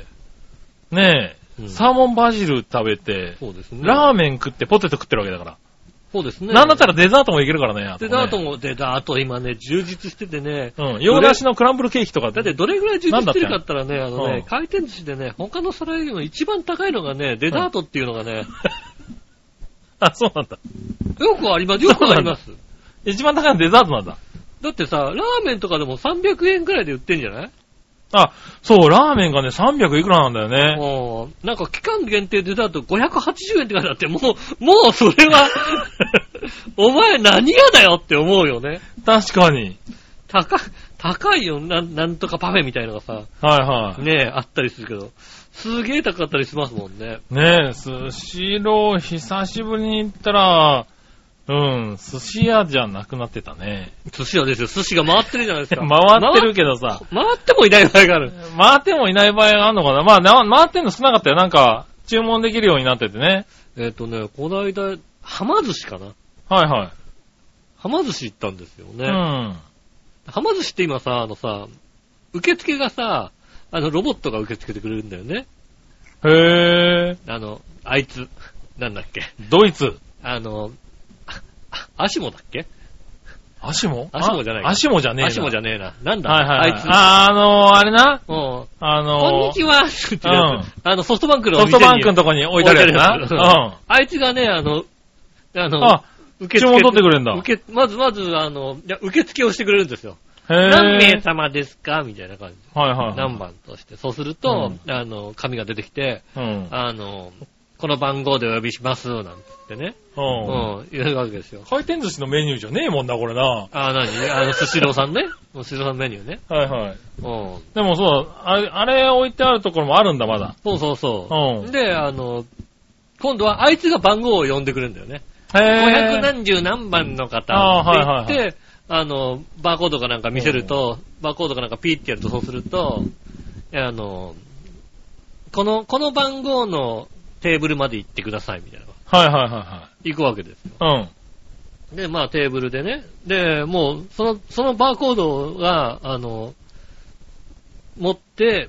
ねえ、うん、サーモンバジル食べて、 そうですね、 ラーメン食ってポテト食ってるわけだから。 そうですね。 なんだったらデザートもいけるからね。ねデザートも、デザート今ね、充実しててね。 うん。洋梨のクランブルケーキとか。 だってどれぐらい充実してるかって言ったらね、あのね、うん、回転寿司でね、他の皿よりも一番高いのがね、デザートっていうのがね。うん、 あ、そうなんだ。 よくあります、よくあります。 一番高いのはデザートなんだ。 だってさ、ラーメンとかでもさんびゃくえんくらいで売ってんじゃない？ あ、そう、ラーメンがね、さんびゃくいくらなんだよね。 もう、なんか期間限定デザートごひゃくはちじゅうえんって書いてあって、もう、もうそれは、お前何屋だよって思うよね。 確かに。 高、高いよ、なん、なんとかパフェみたいなのがさ。 はいはい。 ねえ、あったりするけど、すげえ高かったりしますもんね。 ねえ、スシロー久しぶりに行ったら、うん、寿司屋じゃなくなってたね。 寿司屋ですよ。寿司が回ってるじゃないですか。 回ってるけどさ。 回ってもいない場合がある。 回ってもいない場合があるのかな。まあ、回ってんの少なかったよ。なんか、注文できるようになっててね。 えっとね、この間、はま寿司かな。 はいはい。 はま寿司行ったんですよね。 うん。はま寿司って今さ、あのさ、受付がさ、あの、ロボットが受け付けてくれるんだよね。 へー。 あの、あいつ、なんだっけ。 ドイツ。 あの、アシモだっけ？ アシモ？ アシモじゃない。 アシモじゃねえな。 アシモじゃねえな。なんだ、 はいはい、はい、 あいつ。 あ、あのー、あれな。 うん。 あのー、 こんにちはって言って、うん、あの、ソフトバンクのソフトバンクのとこに置いてあるやつな。うん。 あいつがね、あの、あの、 あ、受付。注文取ってくれるんだ。 受け、まずまず、あの、いや、受付をしてくれるんですよ。 へー。 何名様ですかみたいな感じ。 はいはい、はい。 何番として。そうすると、うん、あの、紙が出てきて、 うん、 あの、この番号でお呼びします、なんつってね。 うん。 うん。言うわけですよ。 回転寿司のメニューじゃねえもんな、これな。 あ、なにあの、スシローさんね。スシローさんメニューね。 はいはい。 うん。 でもそう、あれ、あれ置いてあるところもあるんだ、まだ。 そうそうそう。 うん。 で、あの、今度はあいつが番号を呼んでくれるんだよね。 へぇー。 ごひゃく何十何番の方って言って、 あ、はいはいはい、 あの、バーコードかなんか見せると、バーコードかなんかピーってやるとそうすると、あの、この、この番号のテーブルまで行ってくださいみたいな。 はいはいはいはい。 行くわけですよ。 うん。 で、まあテーブルでね。で、もう、その、そのバーコードが、あの、持って、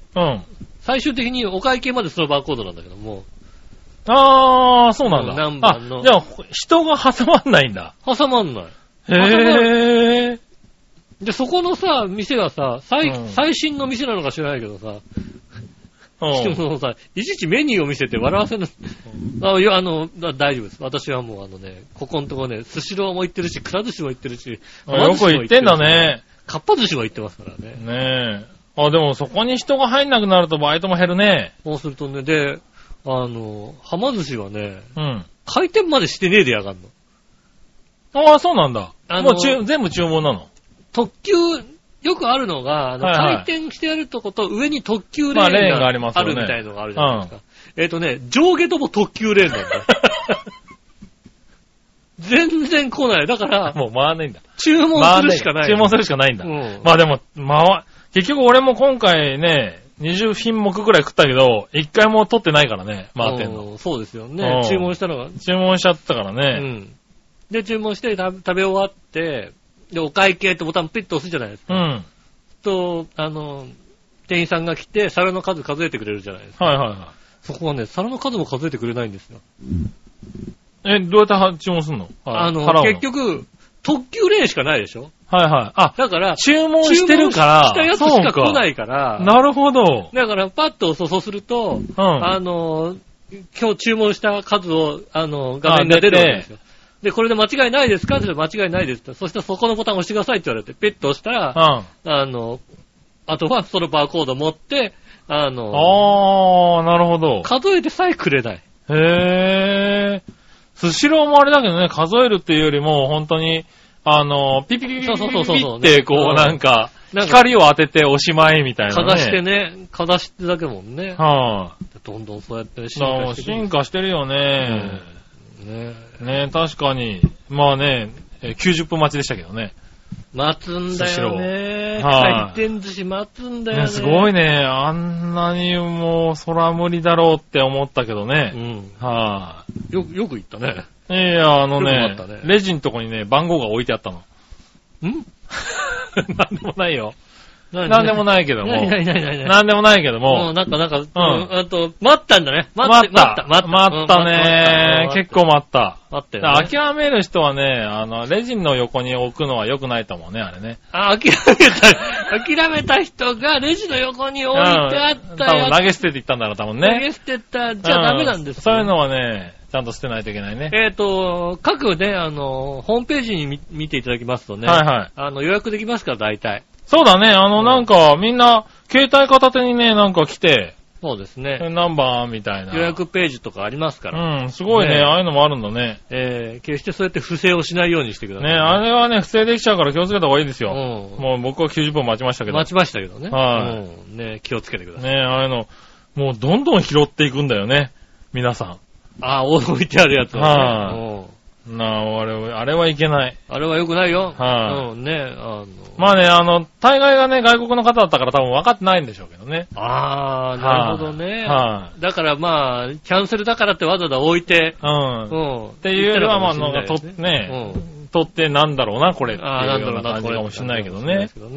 うん。 最終的にお会計までそのバーコードなんだけども。 あー、そうなんだ。 何番の。 あ、じゃあ、人が挟まんないんだ。 挟まんない。 へー。 で、そこのさ、店がさ、最、うん、最新の店なのか知らないけどさ、しかもさ、いちいちメニューを見せて笑わせない。あ、いや、あの、大丈夫です。私はもうあのね、ここのとこね、スシローも行ってるし、くら寿司も行ってるし、 よく行ってんだね。 かっぱ寿司も行ってますからね。 ねえ。あ、でもそこに人が入んなくなるとバイトも減るね。 そうするとね、で、あの、はま寿司はね、 うん。 開店までしてねえでやがんの。 ああ、そうなんだ。もう中全部注文なの。 特急、よくあるのが、あの、はいはい、回転してやるとこと上に特急レーンが、まあ、 レーンがありますよね。 あるみたいのがあるじゃないですか。うん、えっとね、上下とも特急レーンなんだよ。全然来ない。だから、 もう回らないんだ。 注文するしかない。 注文するしかないんだ。 うん、 まあでも、回、結局俺も今回ね、 にじゅうひんもくくらい食ったけど、いっかいも取ってないからね、回ってんの。 そうですよね。注文したのが。 注文しちゃったからね。 うん。で、注文して食べ終わって、で、お会計ってボタンピッと押すじゃないですか。うん。と、あの、店員さんが来て、皿の数数えてくれるじゃないですか。 はいはいはい。 そこはね、皿の数も数えてくれないんですよ。 え、どうやって注文すんの？ あの、結局、特急レーンしかないでしょ？ はいはい。あ、 だから、 注文してるから、 注文したやつしか来ないから、 なるほど。 だから、パッとそうすると、うん、あの、今日注文した数を、あの、画面が出るわけですよ。で、これで間違いないですかって言ったら間違いないですって。そしたらそこのボタンを押してくださいって言われて、ペッと押したら、うん、あの、あとはそのバーコード持って、あの、 あー、なるほど。 数えてさえくれない。 へー。スシローもあれだけどね、数えるっていうよりも、本当に、あの、ピピピピピピピって、こうなんか、光を当てておしまいみたいなね。 かざしてね、かざしてだけもんね。 はぁ、 どんどんそうやって進化してる。 進化してるよね。うん、ねね確かに。まあね、きゅうじゅっぷん待ちでしたけどね。 待つんだよね。回転寿司待つんだよね。 ねすごいね。あんなにもう、そら無理だろうって思ったけどね。うん。はぁ、よく、よく言ったね。 いや、あのね、ねレジのとこにね、番号が置いてあったの。んなんでもないよ。なんでもないけども。なんでもないけども。 なんかなんか、うん。あと、待ったんだね。 待った。待った。待ったね。結構待った。 待ったよ。 諦める人はね、あの、レジの横に置くのは良くないと思うね、あれね。 あ、諦めた、諦めた人がレジの横に置いてあったやつ。多分投げ捨てていったんだろう、多分ね。 投げ捨てた、じゃダメなんですよ。 そういうのはね、ちゃんと捨てないといけないね。 えっと、各ね、あの、ホームページに 見, 見ていただきますとね。 はいはい。 あの、予約できますから、大体。 そうだね、あの、なんか、みんな、携帯片手にね、なんか来て。 そうですね。 何番みたいな。 予約ページとかありますから。 うん、すごいね、ねああいうのもあるんだね。 えー、決してそうやって不正をしないようにしてください。 ね、あれはね、不正できちゃうから気をつけた方がいいですよ。うん。もう僕はきゅうじゅっぷん待ちましたけど。 待ちましたけどね。 はい、 うん。ね、気をつけてください。 ね、ああいうの、もうどんどん拾っていくんだよね。皆さん。 ああ、置いてあるやつはね。はい、なあ、あれは、あれはいけない。 あれは良くないよ。 はい、 うん、ね、あの。 まあね、あの、大概がね、外国の方だったから多分分かってないんでしょうけどね。 ああ、なるほどね。 はい、 だからまあ、キャンセルだからってわざわざ置いて。 うん。うん。っていうよりは、まあ、なんか、とってね、うん、取ってなんだろうな、これっていうような感じかもしれないけどね。 うん。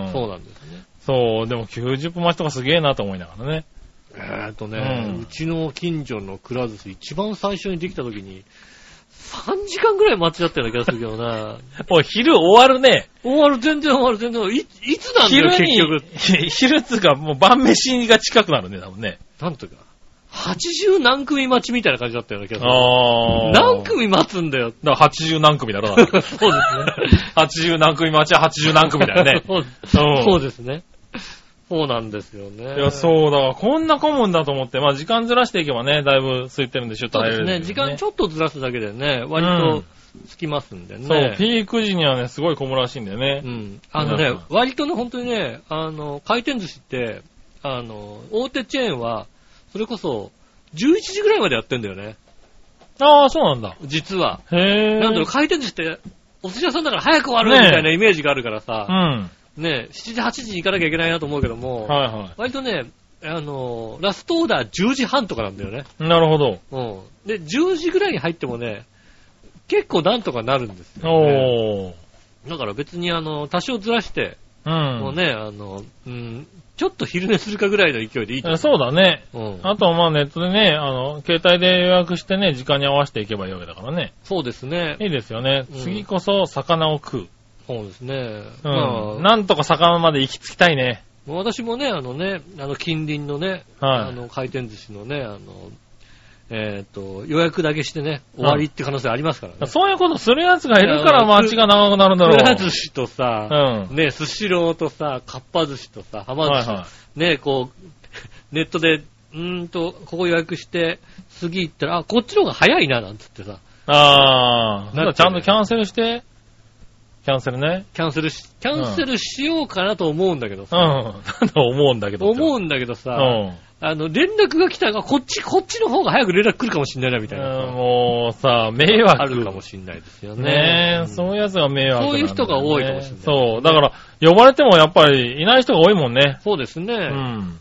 そうなんですね。 そう、でもきゅうじゅっぷん待ちとかすげえなと思いながらね。 えーっとね、うん、うちの近所のくら寿司一番最初にできた時に、さんじかんぐらい待ちだったような気がするけどな。 もう昼終わるね。 終わる、全然終わる、全然終わる。い、いつなんだよ、結局。 昼っつうか、もう晩飯が近くなるね、多分ね。 なんというか。はちじゅう何組待ちみたいな感じだったような気がする。あ何組待つんだよ。 だからはちじゅう何組だろ、だから。 そうですね。 はちじゅう何組待ちははちじゅう何組だよね。 そうそうですね。そうなんですよね。 いや、そうだから、こんな混むんだと思って、まあ時間ずらしていけばね、だいぶ空いてるんでシュッと入れるんですね。 そうですね。時間ちょっとずらすだけでね、割とつきますんでね。 そう、ピーク時にはね、すごい混むらしいんだよね。 うん。あのね、割とね、本当にね、あの、回転寿司って、あの、大手チェーンは、それこそ、じゅういちじぐらいまでやってんだよね。 ああ、そうなんだ。 実は。 へぇー。 なんだろう、回転寿司って、お寿司屋さんだから早く終わるみたいなイメージがあるからさ。 うん。 ね、しちじ、はちじに行かなきゃいけないなと思うけども、 はいはい。 割とね、あの、ラストオーダーじゅうじはんとかなんだよね。 なるほど。 うん。で、じゅうじぐらいに入ってもね、結構なんとかなるんですよ、ね。おー。だから別にあの、多少ずらして、うん。もうね、あの、うん、ちょっと昼寝するかぐらいの勢いでいいと思う。 そうだね。 うん。 あとはまあネットでね、あの、携帯で予約してね、時間に合わせていけばいいわけだからね。 そうですね。 いいですよね。うん、次こそ魚を食う。 そうですね。 うん。まあ、なんとか魚まで行き着きたいね。 私もね、あのね、あの、近隣のね、はい、あの、回転寿司のね、あの、えっと、予約だけしてね、終わりって可能性ありますからね。 そういうことする奴がいるから待ちが長くなるんだろう。 くら寿司とさ、うん、ね、スシローとさ、かっぱ寿司とさ、はま寿司、はいはい、ね、こう、ネットで、うーんと、ここ予約して、次行ったら、あ、こっちの方が早いな、なんつってさ。 あー、なんかちゃんとキャンセルして、キャンセルね。 キャンセルし、キャンセルしようかなと思うんだけどさ。 うん。なんだ思うんだけど。 思うんだけどさ。うん。あの、連絡が来たが、こっち、こっちの方が早く連絡来るかもしんないな、みたいな。 うん、もうさ、迷惑。 あるかもしんないですよね。 ねえ、うん、そういうやつが迷惑なんだ、ね。 そういう人が多いかもしんない、ね。 そう。だから、呼ばれてもやっぱりいない人が多いもんね。 そうですね。うん。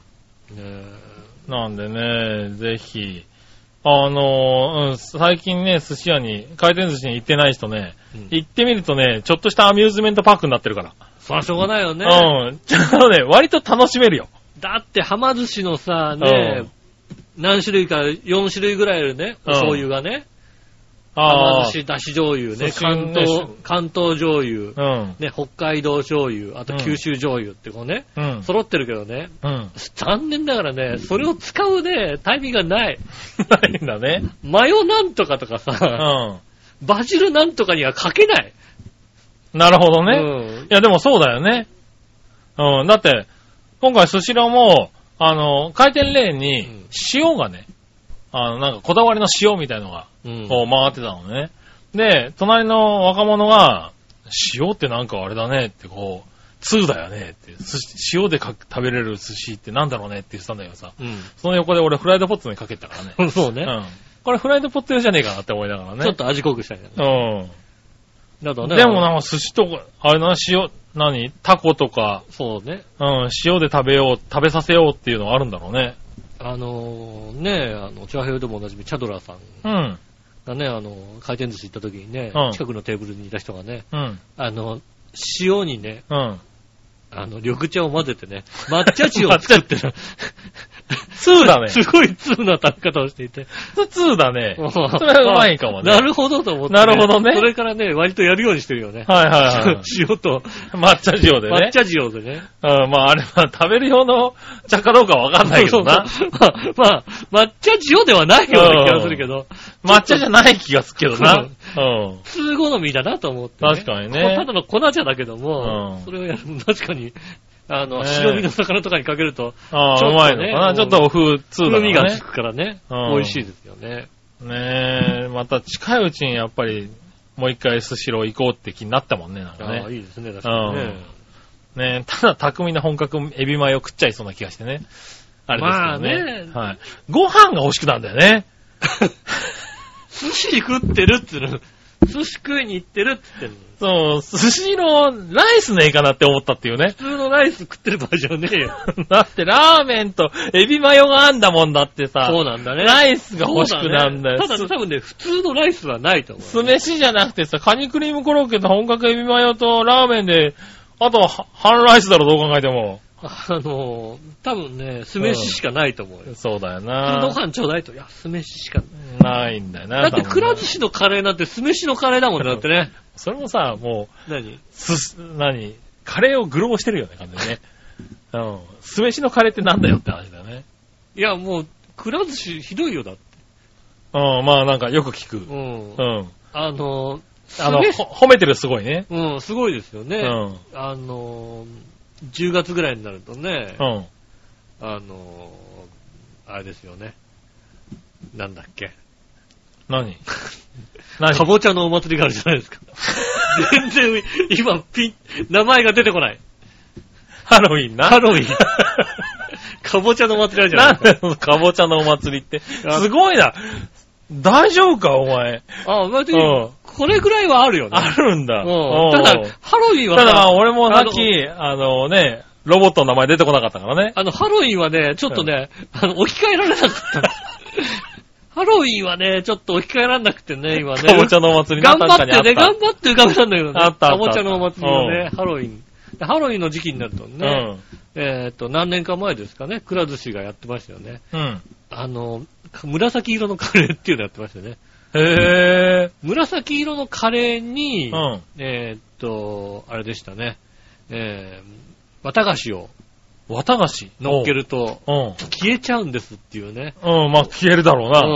ねなんでね、ぜひ、あのー、うん、最近ね、寿司屋に、回転寿司に行ってない人ね、うん、行ってみるとね、ちょっとしたアミューズメントパークになってるから。 そりゃしょうがないよね。 うん。ちょっとね、割と楽しめるよ。 だって、はま寿司のさ、ね、うん、何種類か、よん種類ぐらいあるね、お醤油がね。はま寿司だし醤油ね、関東、関東醤油、うん、ね、北海道醤油、あと九州醤油ってこうね、うん、揃ってるけどね、うん、残念ながらね、それを使うね、タイミングがない。 ないんだね。 マヨなんとかとかさ、うん、バジルなんとかにはかけない。 なるほどね。うん、いや、でもそうだよね。うん、だって、今回スシローも、あの、回転レーンに塩がね、あの、なんかこだわりの塩みたいのが、こう回ってたのね。うん、で、隣の若者が、塩ってなんかあれだねってこう、通だよねって、塩でか食べれる寿司ってなんだろうねって言ってたんだけどさ、うん、その横で俺フライドポットにかけてたからね。 そうね。 うん。これフライドポット用じゃねえかなって思いながらね。 ちょっと味濃くしたいね。 うん。だとね。でもなんか寿司とか、あれな、塩、何タコとか。 そうね。 うん、塩で食べよう、食べさせようっていうのがあるんだろうね。 あのー、ね、あの、チャーヘイでもおなじみチャドラーさん。うん。がね、あの、回転寿司行った時にね、うん、近くのテーブルにいた人がね、うん、あの、塩にね、うん、あの、緑茶を混ぜてね、抹茶塩を作ってる。 通だね。 すごい通な食べ方をしていて。 通だね。それはうまいかもね。 なるほどと思って、 ね。なるほどね。 それからね、割とやるようにしてるよね。 はいはいはい。 塩と。 抹茶塩でね。 抹茶塩でね。 うん、まああれは食べる用の茶かどうかわかんないけどな。 そうそうそうまあ、まあ、抹茶塩ではないような気がするけど。 抹茶じゃない気がするけどな。 うん。普通好みだなと思って、 ね。確かにね。 ただの粉茶だけども、うん、それをやる確かに。あの、白身の魚とかにかけると、 ああ、うまいのかな。ちょっと風通だね。 風味がつくからね。美味しいですよね。 ねえ、また近いうちにやっぱり、もう一回スシロー行こうって気になったもんね、なんかね。 ああ、いいですね、確かにね。 ねえ、ただ匠の本格エビマヨ食っちゃいそうな気がしてね。あれですけどね。まあね。はい。ご飯が欲しくなるんだよね。 寿司食ってるっていうの。寿司食いに行ってるって言ってるの。そう、寿司のライスねえかなって思ったっていうね。 普通のライス食ってる場合じゃねえよ。 だってラーメンとエビマヨがあんだもんだってさ。 そうなんだね。 ライスが欲しくなんだよ。 だね、ただ多分ね、普通のライスはないと思う、ね。 酢飯じゃなくてさ、カニクリームコロッケと本格エビマヨとラーメンで、あとは半ライスだろ、どう考えても。 あのー、多分ね、酢飯しかないと思うよ。 うん、そうだよな。 ご飯ちょうだいと、いや、酢飯しかないんだよな。 だって、くら寿司のカレーなんて酢飯のカレーだもんね、だってね。 それもさ、もう、何す、何カレーをグローしてるよね、完全にね。うん。酢飯のカレーってなんだよって話だよね。 いや、もう、くら寿司ひどいよ、だって。 うん、まあなんかよく聞く。 うん。 うん。 あの、 あの、褒めてるすごいね。 うん、すごいですよね。うん。あの、じゅうがつぐらいになるとね、うん。あの、あれですよね。なんだっけ。 何何かぼちゃのお祭りがあるじゃないですか。全然、今、ピン、名前が出てこない。 ハロウィンな。 ハロウィン。かぼちゃのお祭りあるじゃないですか。 なんだかぼちゃのお祭りって。すごいな。大丈夫か、お前。 あ、まじ、うん、これぐらいはあるよね。 あるんだ。 うん。ただ、ハロウィンはただ、俺もさっき、あの、あのね、ロボットの名前出てこなかったからね。 あの、ハロウィンはね、ちょっとね、うん、あの、置き換えられなかった。ハロウィンはね、ちょっと置き換えられなくてね、今ね。 かぼちゃのお祭り頑張ってね、頑張って浮かべたんだけどね。 あったあった。 かぼちゃのお祭りのね、ハロウィン。ハロウィンの時期になるとね、うん、えっと、何年か前ですかね、くら寿司がやってましたよね。うん。あの、紫色のカレーっていうのやってましたよね。 へー。 紫色のカレーに、うん、えっと、あれでしたね、えー、綿菓子を、 綿菓子乗っけると、うん、消えちゃうんですっていうね。 うん、まあ消えるだろうな。うん。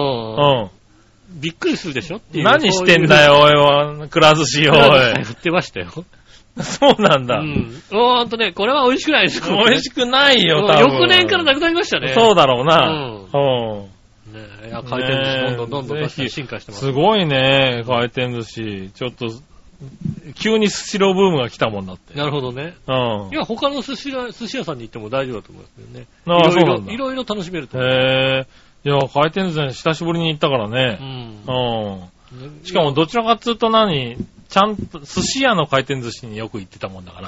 うん。 びっくりするでしょっていう。 何してんだよ、おいは、くら寿司よ、おい。 振ってましたよ。 そうなんだ。 うん。ほんとね、これは美味しくないですよ、 ね。美味しくないよ、多分。 翌年からなくなりましたね。 そうだろうな。うん。うん。 ねえ、いや、回転寿司どんどんどんどん進化してます。 すごいね、回転寿司。ちょっと、急にスシローブームが来たもんだって。 なるほどね。うん。いや、他の寿司屋、寿司屋さんに行っても大丈夫だと思いますけどね。 ああ、そうなんだ。 いろいろ楽しめると思う。 へえ。いや、回転寿司久しぶりに行ったからね。うん。うん。しかもどちらかっていうと何ちゃんと、寿司屋の回転寿司によく行ってたもんだから。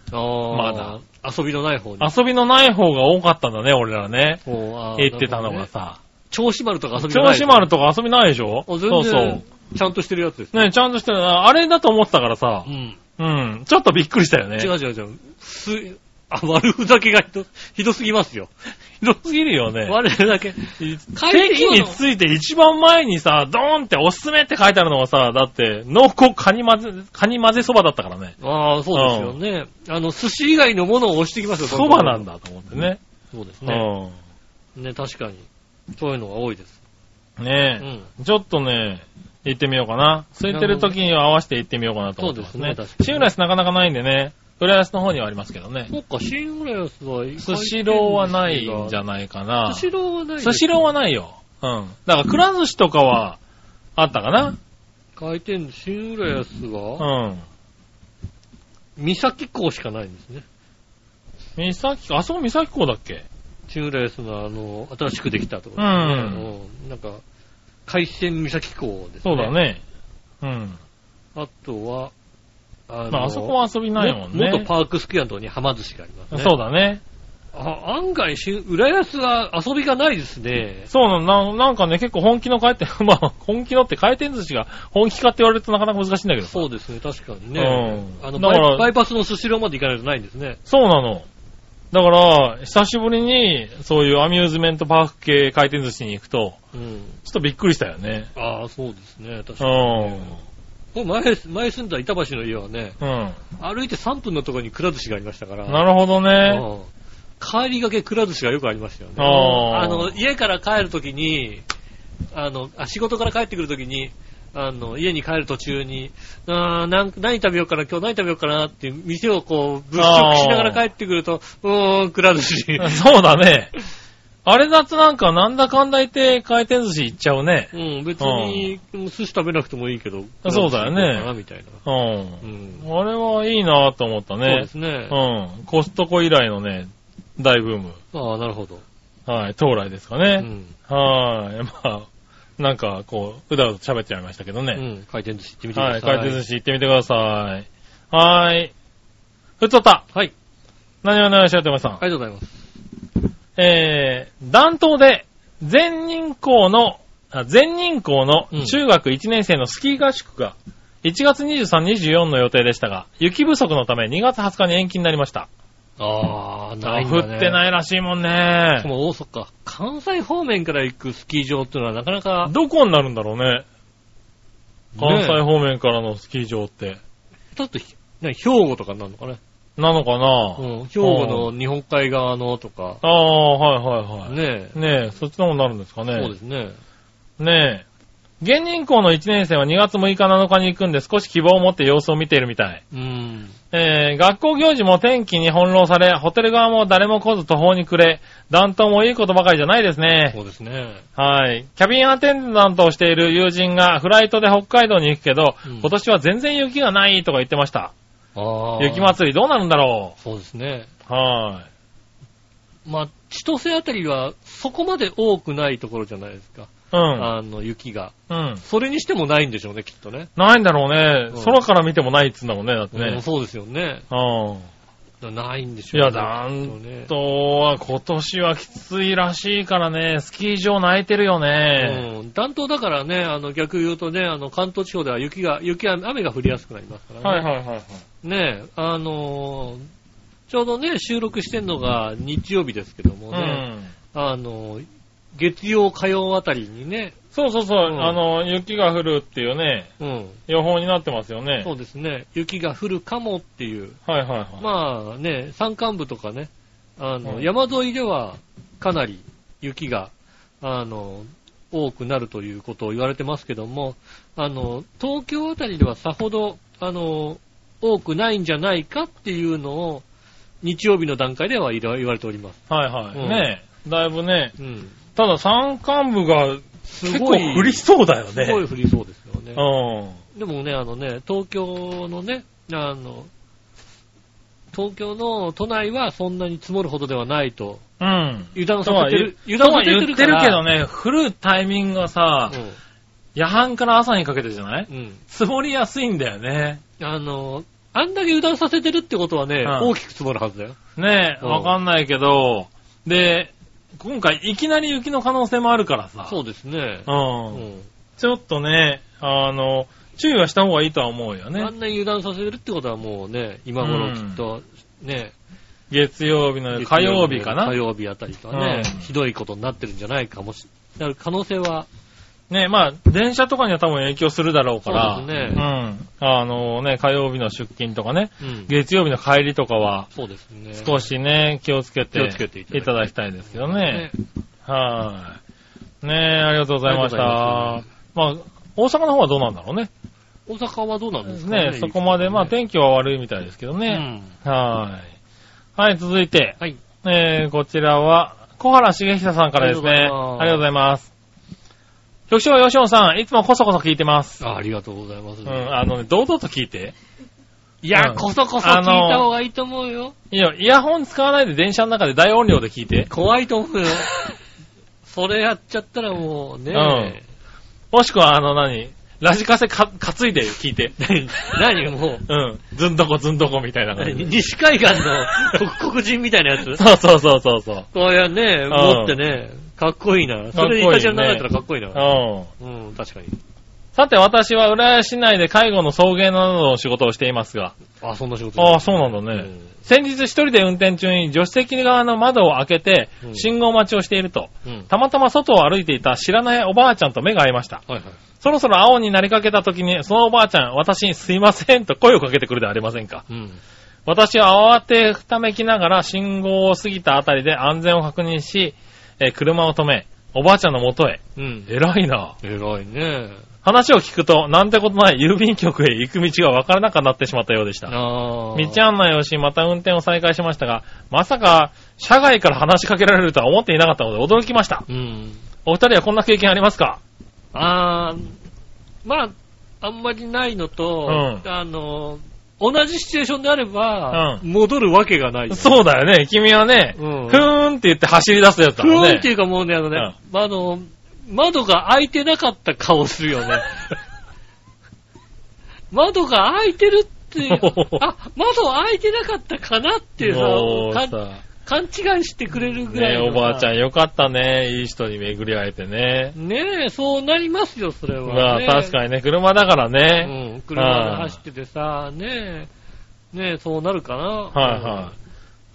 ああ。 まだ。 遊びのない方に。 遊びのない方が多かったんだね、俺らね。 行言ってたのがさ。 銚子丸とか遊びない。 銚子丸とか遊びないでしょ？ そうそう。ちゃんとしてるやつですね。ね、ちゃんとしてる。あれだと思ってたからさ。 うん。 うん。ちょっとびっくりしたよね。 違う違う違う。す、あ、悪ふざけがひど、ひどすぎますよ。 ひどすぎるよね。 悪ふざけ。 席について一番前にさ、ドーンっておすすめって書いてあるのがさ、だって、濃厚カニ混ぜ、カニ混ぜそばだったからね。 ああ、そうですよね。うん、あの、寿司以外のものを押してきますよ、 そばなんだと思ってね。 そうですね。うん。ね、確かに。そういうのが多いです。 ねえ。うん、ちょっとね、行ってみようかな。空いてる時に合わせて行ってみようかなと思ってますね。そうですね。シングライスなかなかないんでね。浦安の方にはありますけどね。 そっか、シングライスは、 スシローはないんじゃないかな。 スシローはない。 スシローはないよ。うん。だから、くら寿司とかは、あったかな。 回転、シングライスはうん。三崎港しかないんですね。 三崎港、あそこ三崎港だっけ？ シングライスのあの、新しくできたところですね。うん。なんか、海鮮三崎港ですね。 そうだね。うん。 あとは、 あの、まあ、あそこは遊びないもんね。 元パークスクエアのところに浜寿司がありますね。 そうだね。 あ、案外し、浦安は遊びがないですね。 そうな、なんかね、結構本気の回転、まあ、本気のって回転寿司が本気かって言われるとなかなか難しいんだけど。 そうですね、確かにね。 うん。 あの、だからバイ、バイパスのスシローまで行かないとないんですね。 そうなの。だから、久しぶりに、そういうアミューズメントパーク系回転寿司に行くと、うん、ちょっとびっくりしたよね。 ああ、そうですね、確かに、ね。うん。前、前住んだ板橋の家はね、うん、歩いてさんぷんのところにくら寿司がありましたから。 なるほどね。 うん、帰りがけくら寿司がよくありましたよね。あ, あの、家から帰るときに、あのあ、仕事から帰ってくるときに、あの、家に帰る途中に、あ何、何食べようかな、今日何食べようかなっていう店をこう、物色しながら帰ってくると、うーん、くら寿司。 そうだね。あれだとなんかなんだかんだ言って回転寿司行っちゃうね。 うん、別に、寿司食べなくてもいいけど。 そうだよね。 みたいな。うん。うん、あれはいいなと思ったね。そうですね。 うん。コストコ以来のね、大ブーム。 ああ、なるほど。 はい、到来ですかね。うん、はい。まあ、なんかこう、うだうだ喋っちゃいましたけどね。うん。 回転寿司行ってみてください。はい、 回転寿司行ってみてください。はーい。ふっとった。 はい。 何をお願いしようと思います。 ありがとうございます。 えー、弾頭で全人校の、全人校の中学いちねん生のスキー合宿がいちがつにじゅうさん、にじゅうよっかの予定でしたが、雪不足のためにがつはつかに延期になりました。 あー、ないんだね。 降ってないらしいもんね。 でも、そっか。関西方面から行くスキー場っていうのはなかなか。 どこになるんだろうね。関西方面からのスキー場って。 だって、兵庫とかになるのかね。 なのかな、 うん、兵庫の日本海側のとか。 ああ、はいはいはい。 ねえ。ねえ、そっちの方になるんですかね。 そうですね。 ねえ。現任校のいちねん生はにがつむいかなのかに行くんで少し希望を持って様子を見ているみたい。 うん。 えー、学校行事も天気に翻弄され、ホテル側も誰も来ず途方に暮れ、暖冬もいいことばかりじゃないですね。 そうですね。 はい。キャビンアテンダントをしている友人がフライトで北海道に行くけど、うん、今年は全然雪がないとか言ってました。 あ雪祭りどうなるんだろう。そうですね。 はい。 まあ、千歳あたりはそこまで多くないところじゃないですか。 うん。 あの、雪が。 うん。 それにしてもないんでしょうね、きっとね。 ないんだろうね。うん、空から見てもないっつうんだもんね、だってね。 うん、そうですよね。 うん。 ないんでしょうね。 いや、なんとは今年はきついらしいからね、スキー場泣いてるよね。 うん。暖冬だからね、あの、逆言うとね、あの、関東地方では雪が、雪は、雨が降りやすくなりますからね。はいはいはいはい。 ねえ、あのー、ちょうどね、収録してんのが日曜日ですけどもね、うん、あの、月曜、火曜あたりにね。 そうそうそう、うん、あの、雪が降るっていうね、うん、予報になってますよね。 そうですね、雪が降るかもっていう。 はいはいはい。 まあね、山間部とかね、あの、うん、山沿いではかなり雪が、あの、多くなるということを言われてますけども、あの、東京あたりではさほど、あの、多くないんじゃないかっていうのを日曜日の段階では言われております。 はいはい。うん、ねえ、だいぶね。うん、ただ山間部がすごい降りそうだよね。 すごい降りそうですよね。うん。でもね、あのね、東京のね、あの、東京の都内はそんなに積もるほどではないと。 うん。 油断させてる。油断させてるから。 言ってるけどね、降るタイミングがさ、うん、夜半から朝にかけてじゃない？うん。積もりやすいんだよね。 あの、 あんだけ油断させてるってことはね、うん、大きく積もるはずだよ。 ねえ、わかんないけど、で、今回いきなり雪の可能性もあるからさ。 そうですね。 うん。うん、ちょっとね、あの、注意はした方がいいとは思うよね。 あんなに油断させるってことはもうね、今頃きっと、ね、 月曜日の火曜日かな火曜日あたりとかね、うん、ひどいことになってるんじゃないかもしれない。可能性は。 ね、まあ、電車とかには多分影響するだろうから。 そうですね。 うん。あのね、火曜日の出勤とかね、うん、月曜日の帰りとかは、 そうですね。 少しね、気をつけて、 気をつけていただきたいですよね。ねはい。ねえ、ありがとうございました。ま, まあ、大阪の方はどうなんだろうね。 大阪はどうなんですかね。 ねそこまで、まあ天気は悪いみたいですけどね。うん、はい。はい、続いて。はい。えー、こちらは、小原茂久さんからですね。ありがとうございます。局長吉野さん、いつもこそこそ聞いてます。 あ、ありがとうございます、 ね。うん、あのね、堂々と聞いて。 いや、うん、こそこそ聞いた方がいいと思うよ。 いや、イヤホン使わないで電車の中で大音量で聞いて。 怖いと思うよ。それやっちゃったらもうね。うん。 もしくは、あの何、ラジカセか、担いで聞いて。 何もう。 うん。ずんどこずんどこみたいな感じ。 西海岸の黒人みたいなやつそうそうそうそうそう。 こうやね、持ってね、かっこいいな。それでイタジアになられたらかっこいいな。うん。うん、確かに。 さて、私は浦安市内で介護の送迎などの仕事をしていますが。 あ、そんな仕事、 ね、あ、そうなんだね。うん、先日一人で運転中に助手席側の窓を開けて、信号待ちをしていると、うん、たまたま外を歩いていた知らないおばあちゃんと目が合いました。はいはい、そろそろ青になりかけた時に、そのおばあちゃん、私にすいませんと声をかけてくるではありませんか。うん、私は慌てふためきながら信号を過ぎたあたりで安全を確認し、えー、車を止め、おばあちゃんの元へ。うん、偉いな。 偉いね。 話を聞くと、なんてことない郵便局へ行く道がわからなくなってしまったようでした。道案内をし、また運転を再開しましたが、まさか、車外から話しかけられるとは思っていなかったので驚きました。うん、お二人はこんな経験ありますか？ あー、まあ、あんまりないのと、うん、あの、同じシチュエーションであれば、うん、戻るわけがない、ね。 そうだよね。君はね、うん、ふーんって言って走り出すやつだもんね。 ふーんっていうかもうね、あのね、うん、あの、窓が開いてなかった顔するよね。窓が開いてるっていう、あ、窓開いてなかったかなっていうさ、勘違いしてくれるぐらいの。 ねえ、おばあちゃんよかったね。いい人に巡り会えてね。 ねえ、そうなりますよ、それは、ね。 まあ確かにね、車だからね。 うん、車で走っててさ、ねえ、ねえ、そうなるかな。 はいはい。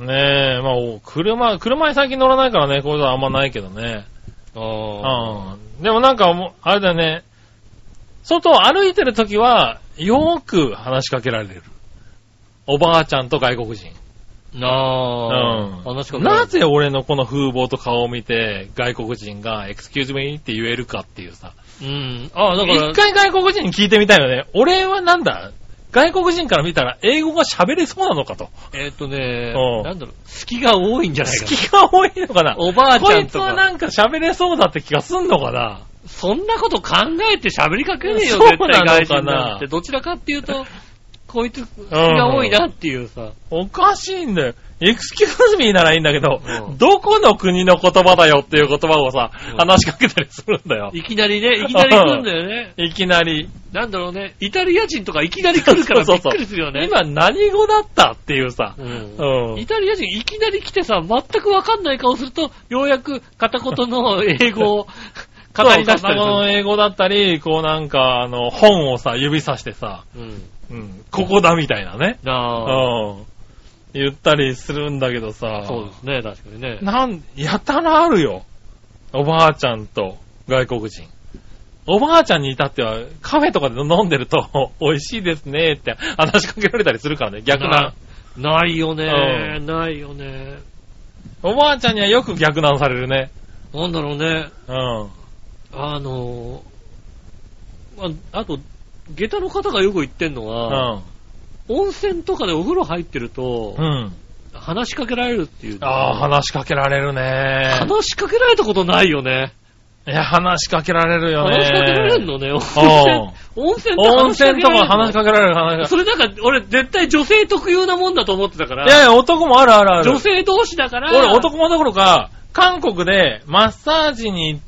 ねえ、まあ、車、車に最近乗らないからね、こういうのはあんまないけどね。ああ。でもなんかもう、あれだよね。外を歩いてるときは、よーく話しかけられる。おばあちゃんと外国人。 ああ。うん。 話しかけられる。なぜ俺のこの風貌と顔を見て、外国人が、エクスキューズミーって言えるかっていうさ。 うん。ああ、だから。 一回外国人に聞いてみたいよね。俺はなんだ外国人から見たら英語が喋れそうなのかと。 えーっとね、なんだろう、隙が多いんじゃないかな。 隙が多いのかな。 おばあちゃんとか。こいつはなんか喋れそうだって気がすんのかな。 そんなこと考えて喋りかけねえよ、絶対外人なんて。どちらかっていうと、こいつ、隙が多いなっていうさ。 おかしいんだよ。エクスキューズミーならいいんだけど、うん、どこの国の言葉だよっていう言葉をさ、うん、話しかけたりするんだよ。 いきなりね、いきなり来るんだよね。 いきなり。 なんだろうね、イタリア人とかいきなり来るからびっくりするよね。 そうそうそう、今何語だったっていうさ、うんうん。イタリア人いきなり来てさ、全くわかんない顔すると、ようやく片言の英語を語り出したりする。 片言の英語だったり、こうなんか、あの、本をさ、指さしてさ、うんうん、ここだみたいなね。あうん言ったりするんだけどさ。 そうですね、確かにね。 なん、やたらあるよ。おばあちゃんと外国人。おばあちゃんに至っては、カフェとかで飲んでると、美味しいですねって話しかけられたりするからね、逆な。 な、ないよね、うん、ないよね。 おばあちゃんにはよく逆難されるね。 なんだろうね。 うん。 あの、あ, あと、下駄の方がよく言ってんのは、うん温泉とかでお風呂入ってると、うん、話しかけられるっていう。 ああ、話しかけられるね。 話しかけられたことないよね。 いや、話しかけられるよね。 話しかけられるのね。温泉、温泉とか温泉とか話しかけられる話。 それなんか、俺絶対女性特有なもんだと思ってたから。 いやいや、男もあるあるある。 女性同士だから。 俺男もどころか、韓国でマッサージに行って、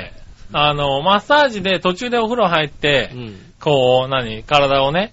あの、マッサージで途中でお風呂入って、うん、こう、何、体をね、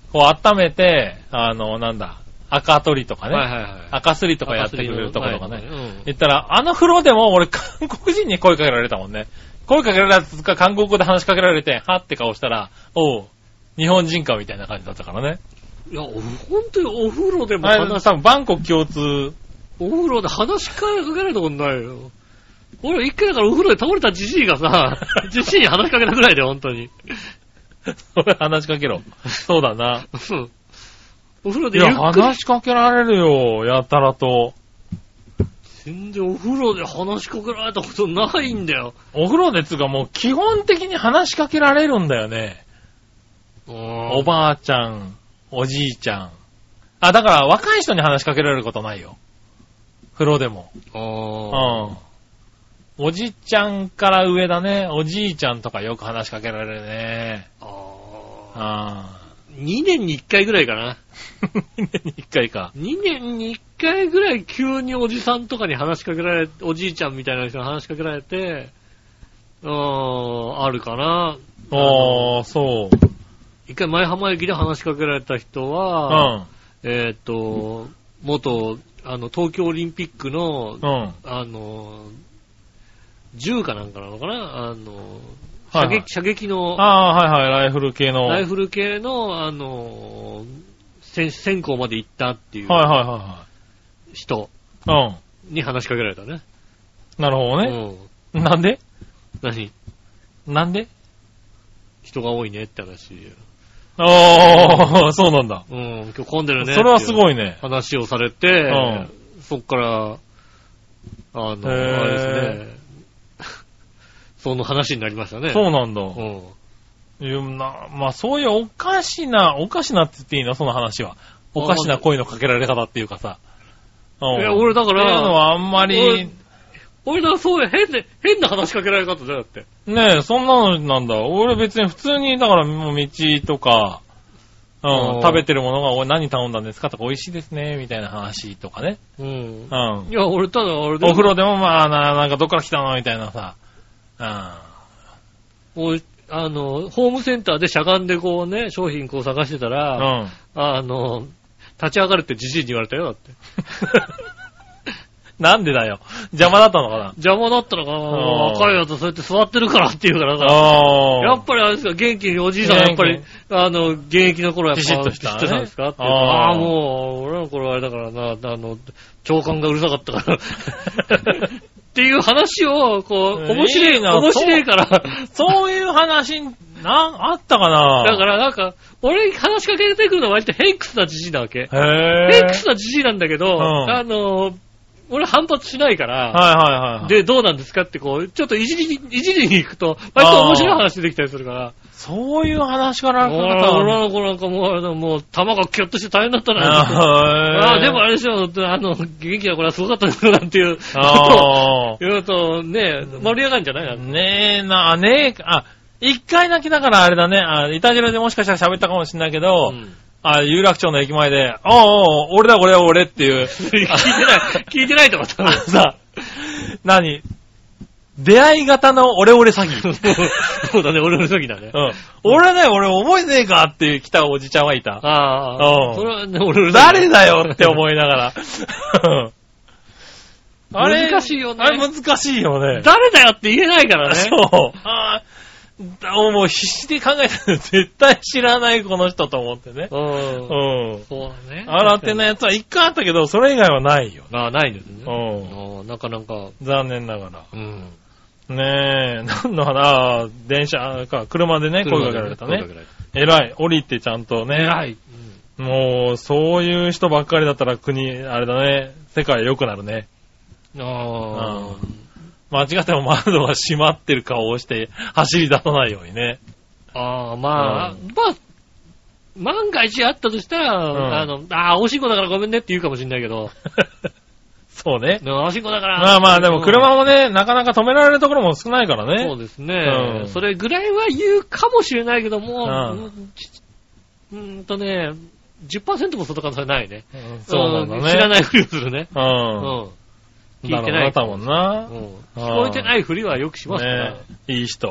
こう温めて、あの、なんだ、赤鳥とかね、 はいはいはい、 赤すりとかやってくれるところとかね、はい、 うん、 言ったら、あの風呂でも俺韓国人に声かけられたもんね。声かけられたつか韓国語で話しかけられて、はって顔したら、おう、日本人かみたいな感じだったからね。 いや、ほんとにお風呂でも話し、多分バンコク共通。 お風呂で話しかけられたことないよ。俺一回だからお風呂で倒れたジジイがさ、ジジイに話しかけたくらいで、ほんとに。 それ話しかけろ。そうだな。 お風呂でゆっくり。いや、話しかけられるよ、やたらと。 全然お風呂で話しかけられたことないんだよ。 お風呂でつうかもう基本的に話しかけられるんだよね。おばあちゃん、おじいちゃん。あ、だから若い人に話しかけられることないよ。風呂でも。あ、うん。おじいちゃんから上だね。おじいちゃんとかよく話しかけられるね。ああ。にねんにいっかいぐらいかな。 にねんにいっかいか。 にねんにいっかいぐらい急におじさんとかに話しかけられ、おじいちゃんみたいな人に話しかけられて、うーん、あるかな。 ああ、そう。 一回前浜駅で話しかけられた人は、うん、えっと、元、あの、東京オリンピックの、うん、あの、銃かなんかなのかな、あの、射撃、はいはい、射撃の、 ああ、はいはい、ライフル系の。 ライフル系の、あの、線香まで行ったっていう、 はいはいはいはい。 人、 うん。 に話しかけられたね。 なるほどね。うん。なんで？ 何？ なんで？ 人が多いねって話。 ああ、そうなんだ。 うん、今日混んでるね。 それはすごいね。 話をされて、うん、そっから、あの、あれですね。その話になりましたね。 そうなんだ。うん。いうな、まあそういうおかしな、おかしなって言っていいのその話は。おかしな声のかけられ方っていうかさ。 いや、俺だから、 そういうのはあんまり、 俺、俺だからそういう変で、変な話しかけられ方だよって。 ねえ、そんなのなんだ。俺別に普通に、だからもう道とか、うん、食べてるものが、俺何頼んだんですかとか美味しいですね、みたいな話とかね。うん。うん。 いや、俺ただ俺でお風呂でもまあな、なんかどっから来たのみたいなさ。 うん。俺、あの、ホームセンターでしゃがんでこうね、商品こう探してたら、うん。あの、立ち上がるってじじいに言われたよ、だって。 なんでだよ。邪魔だったのかな邪魔だったのかな若いやつそうやって座ってるからって言うからさ。やっぱりあれですか、元気におじいさんやっぱり、あの、現役の頃やっぱ、 ピシッとした、ね。 ピシッとしたんですかって言うああ、もう、俺の頃あれだからな、あの、長官がうるさかったから。っていう話を、こう、面白いな、面白いから。 そういう話、な、あったかなだからなんか、俺に話しかけてくるのは割とヘイクスなじじいなわけ。へー。 ヘイクスなじじいなんだけど、うん、あの、俺反発しないから、 はいはいはい。 で、どうなんですかってこう、ちょっといじり、いじりに行くと、割と面白い話出てきたりするから。 そういう話から、 俺の子なんかもう、もう、玉がキュッとして大変だったな。ああ、でもあれでしょ、あの、元気な子はすごかったですよ、なんていう。ああ。言うと、ねえ、盛り上がるんじゃないねえな、ねえ、あ、一回泣きながらあれだね、あ、イタジラでもしかしたら喋ったかもしれないけど、うんあ、有楽町の駅前で、おうおう、俺だ、俺だ、俺っていう。 聞いてない、聞いてないと思った。 さ、何出会い型のオレオレ詐欺。 そうだね、オレオレ詐欺だね。 うん。俺ね、俺覚えてねえかって来たおじちゃんはいた。 ああ。うん。それはね、オレオレ詐欺。 誰だよって思いながら。 あれ難しいよね。 あれ難しいよね。 誰だよって言えないからね。 そう。あもう必死で考えたら絶対知らないこの人と思ってね。うん。 うん。そうだね。 新手なやつは一回あったけど、それ以外はないよ。 ああ、ないんですね。 うん。 なかなか。 残念ながら。 うん。 ねえ、なんの話、電車か、車でね、声かけられたね。偉い。降りてちゃんとね。 偉い。 うん、もう、そういう人ばっかりだったら国、あれだね、世界良くなるね。 ああ。 うん間違っても窓が閉まってる顔をして走り出さないようにね。 ああ、まあ、うん、まあ、万が一あったとしたら、うん、あの、ああ、おしんこだからごめんねって言うかもしんないけど。 そうね。 おしんこだから。 まあまあ、でも車もね、なかなか止められるところも少ないからね。 そうですね。うん、それぐらいは言うかもしれないけども、うん、うーんとね、じゅっパーセント も外からそれないね。 うん、そうなんだね。 知らないふりをするね。 うん。 うん聞いてない。 もんな、うん。 聞こえてないふりはよくしますから。 ね、いい人。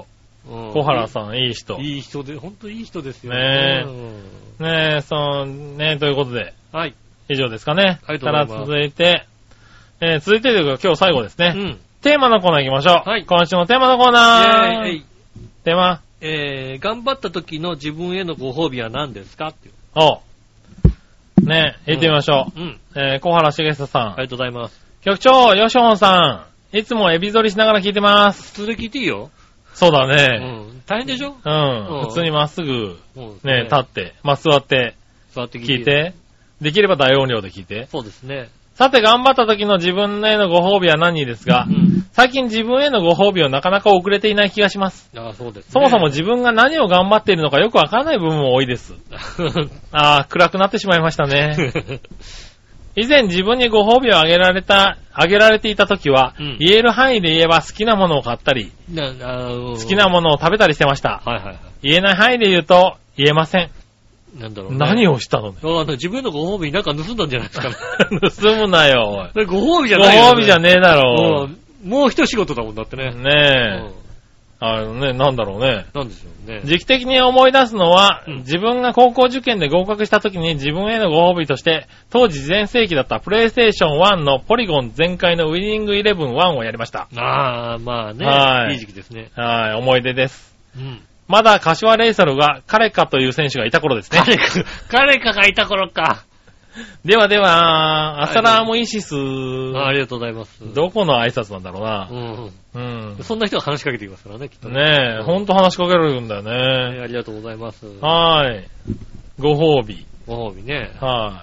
うん、小原さん、いい人。 いい人で、ほんといい人ですよね。うん、ねえ、そう、ねえ、ということで。 はい。 以上ですかね。 ありがとうございます。 から続いて、えー、続いてというか今日最後ですね。うん。テーマのコーナー行きましょう。はい。今週のテーマのコーナー。イェーイ。テーマ。 えー、頑張った時の自分へのご褒美は何ですかっていう。 おう。ねえ、行ってみましょう。うん。うん、えー、小原茂久さん。 ありがとうございます。 局長、吉本さん。いつもエビ反りしながら聞いてます。 普通で聞いていいよ。 そうだね。 うん。大変でしょ？ うん。うん、普通にまっすぐ、ね、立って、まあ、座って、 座って聞いて。できれば大音量で聞いて。 そうですね。 さて、頑張った時の自分へのご褒美は何ですが、うん、最近自分へのご褒美はなかなか遅れていない気がします。 ああ、そうですね。 そもそも自分が何を頑張っているのかよくわからない部分も多いです。ああ、暗くなってしまいましたね。以前自分にご褒美をあげられた、あげられていた時は、うん、言える範囲で言えば好きなものを買ったり、なあ好きなものを食べたりしてました。はいはいはい、言えない範囲で言うと、言えません。 なんだろうね。 何をしたのね。 あの自分のご褒美になんか盗んだんじゃないですか、ね。 盗むなよ、 おい。ご褒美じゃないよ、ね。ご褒美じゃねえだろう。もう一仕事だもんだってね。 ねえ。うん、あのね、なんだろうね。 なんでしょうね。 時期的に思い出すのは、うん、自分が高校受験で合格した時に自分へのご褒美として、当時全盛期だったプレイステーションワンのポリゴン全開のウィニングイレブンワンをやりました。 ああ、まあね。はい。いい時期ですね。 はい、思い出です。うん。まだ柏レイソルが彼かという選手がいた頃ですね。 彼か、彼かがいた頃か。 ではでは、アサラームイシス。 あ, ありがとうございます。 どこの挨拶なんだろうな。うん。 うん。そんな人が話しかけてきますからね、きっとね。 ねえ、ほんと話しかけられるんだよね。 ありがとうございます。 はーい。ご褒美。 ご褒美ね。 はい。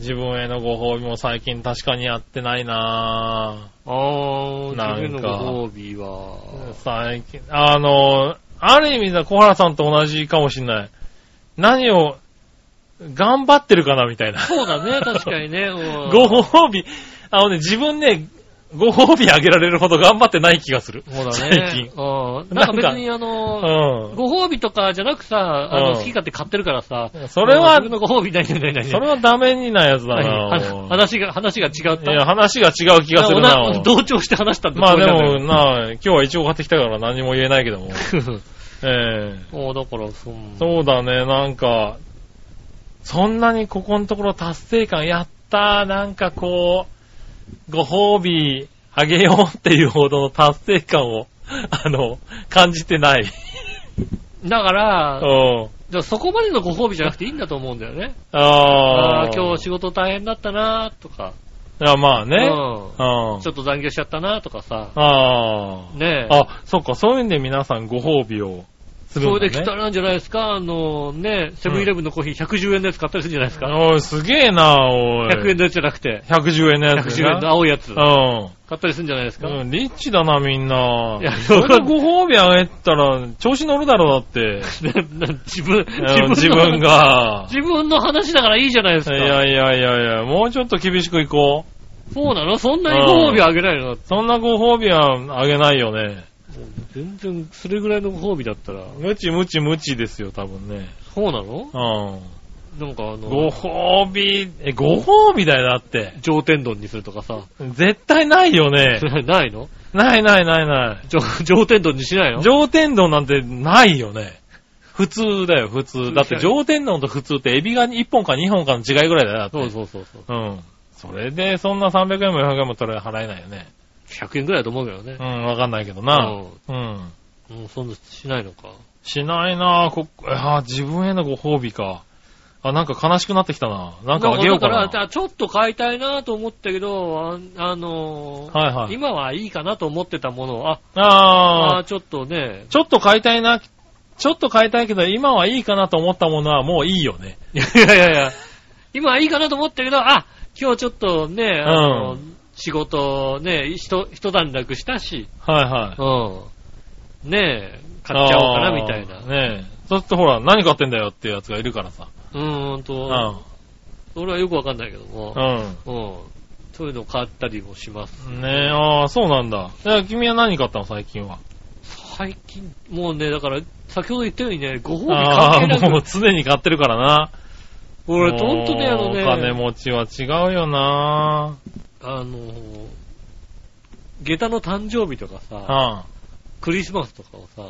自分へのご褒美も最近確かにやってないなぁ。 あー、自分のご褒美は。 最近、あの、ある意味で小原さんと同じかもしんない。何を、頑張ってるかなみたいな。 そうだね、確かにね。 ご褒美、あのね、自分ね、ご褒美あげられるほど頑張ってない気がする。 そうだね。 最近。 うん。なんか別にあの、うん、ご褒美とかじゃなくさ、あの、好き勝手買ってるからさ。 それは、 自分のご褒美ないないないない。 それはダメになやつだな。 話が、話が違った。 いや、話が違う気がするな。 同調して話したんだ。 まあでもな、今日は一応買ってきたから何も言えないけども。ええー。 おだからそ、 そうだね、なんか、そんなにここのところ達成感、やったー、なんかこう、ご褒美あげようっていうほどの達成感を、あの、感じてない。 だから、 うん。 じゃあそこまでのご褒美じゃなくていいんだと思うんだよね。 ああ、今日仕事大変だったなーとか。 あまあね、 うんうん。ちょっと残業しちゃったなとかさ。 ああ。 ねえ。 あ、そっか、そういうんで皆さんご褒美をするんだね。 それで来たらんじゃないですか。あの、ね、セブンイレブンのコーヒーひゃくじゅうえんのやつ買ったりするんじゃないですか。 おい、すげえなおい。 ひゃくえんのやつじゃなくて。 ひゃくじゅうえんのやつ。 ひゃくじゅうえんの青いやつ。 うん。 買ったりするんじゃないですか。 うん、リッチだな、みんな。いや、それでご褒美あげたら、調子乗るだろ、だって。 自分、 自分が。 自分の話だからいいじゃないですか。 いやいやいやいや、もうちょっと厳しくいこう。 そうなの？そんなにご褒美あげないの？ そんなご褒美はあげないよね。 全然、それぐらいのご褒美だったら。 ムチムチムチですよ、多分ね。 そうなの？ うん。 なんかあの。 ご褒美、え、ご褒美だよ、だって。 上天丼にするとかさ。 絶対ないよね。 ないの？ ないないないない。 上天丼にしないの？ 上天丼なんてないよね。普通だよ、普通。だって上天丼と普通ってエビがいっぽんかにほんかの違いぐらいだよ、だって。 そうそうそうそう。 うん。それで、そんなさんびゃくえんもよんひゃくえんも取れ払えないよね。 ひゃくえんぐらいだと思うけどね。 うん、わかんないけどな。うん。うん。 うん、そんなしないのか。 しないなぁ、こ、あ自分へのご褒美か。あ、なんか悲しくなってきたな。なんかあげようかな。 だから、ちょっと買いたいなと思ったけど、あ、あのー、 はいはい。 今はいいかなと思ってたものを、あ、 ああちょっとね。 ちょっと買いたいな、ちょっと買いたいけど、今はいいかなと思ったものはもういいよね。 いやいやいや、今はいいかなと思ったけど、あ、今日ちょっとね、あの、うん、仕事ね、一、一段落したし。 はいはい。 うん。ねえ、買っちゃおうかなみたいな。 ねえ。そうするとほら、何買ってんだよっていうやつがいるからさ。 うーんと、うん。それはよくわかんないけども。うん。うん。そういうのを買ったりもします。 ねえ、ああ、そうなんだ。いや、君は何買ったの最近は。 最近、もうね、だから、先ほど言ったようにね、ご褒美関係なく。 ああ、もう常に買ってるからな。 俺、ほんとね、あのね。 お金持ちは違うよな。 あの、下駄の誕生日とかさ、 うん、 クリスマスとかをさ、 うん、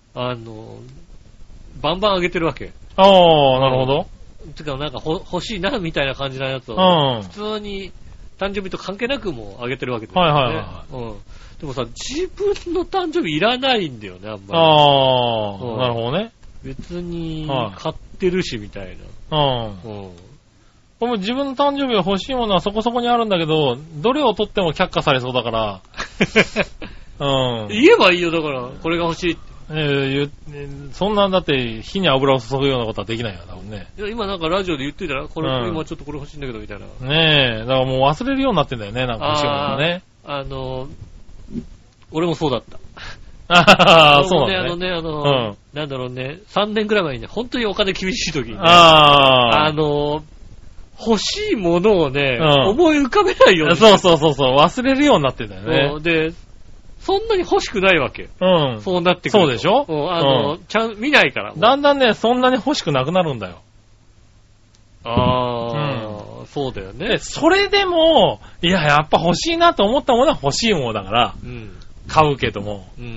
あの、バンバンあげてるわけ。 ああ、なるほど。 てか、なんかほ欲しいな、みたいな感じのやつを、 うん、 普通に誕生日と関係なくもあげてるわけですよね。 はいはいはい。 うん。でもさ、自分の誕生日いらないんだよね、あんまり。 ああ、うん、なるほどね。 別に、買ってるし、みたいな。 うん。うん。これも自分の誕生日が欲しいものはそこそこにあるんだけど、どれを取っても却下されそうだから、うん。 言えばいいよ、だから、これが欲しいって。 えー、そんな、だって、火に油を注ぐようなことはできないよ、多分ね。 いや、今なんかラジオで言っといたら、これ、うん、今ちょっとこれ欲しいんだけど、みたいな。 ねえ、だからもう忘れるようになってんだよね、なんか欲しいものがね。 あの、俺もそうだった。 ああ、そうなんだね。 あのね、あの、うん、なんだろうね、さんねんぐらい前にね、本当にお金厳しい時にね、 ああの、欲しいものをね、うん、思い浮かべないように。 そうそうそうそう、忘れるようになってんだよね。 で、そんなに欲しくないわけ。 うん。 そうなってくると。 そうでしょ？ うん、あの、うん、ちゃん、見ないから。 だんだんね、そんなに欲しくなくなるんだよ。 ああ、うん、そうだよね。 で、それでも、いや、やっぱ欲しいなと思ったものは欲しいものだから、うん、買うけども、うん。うん。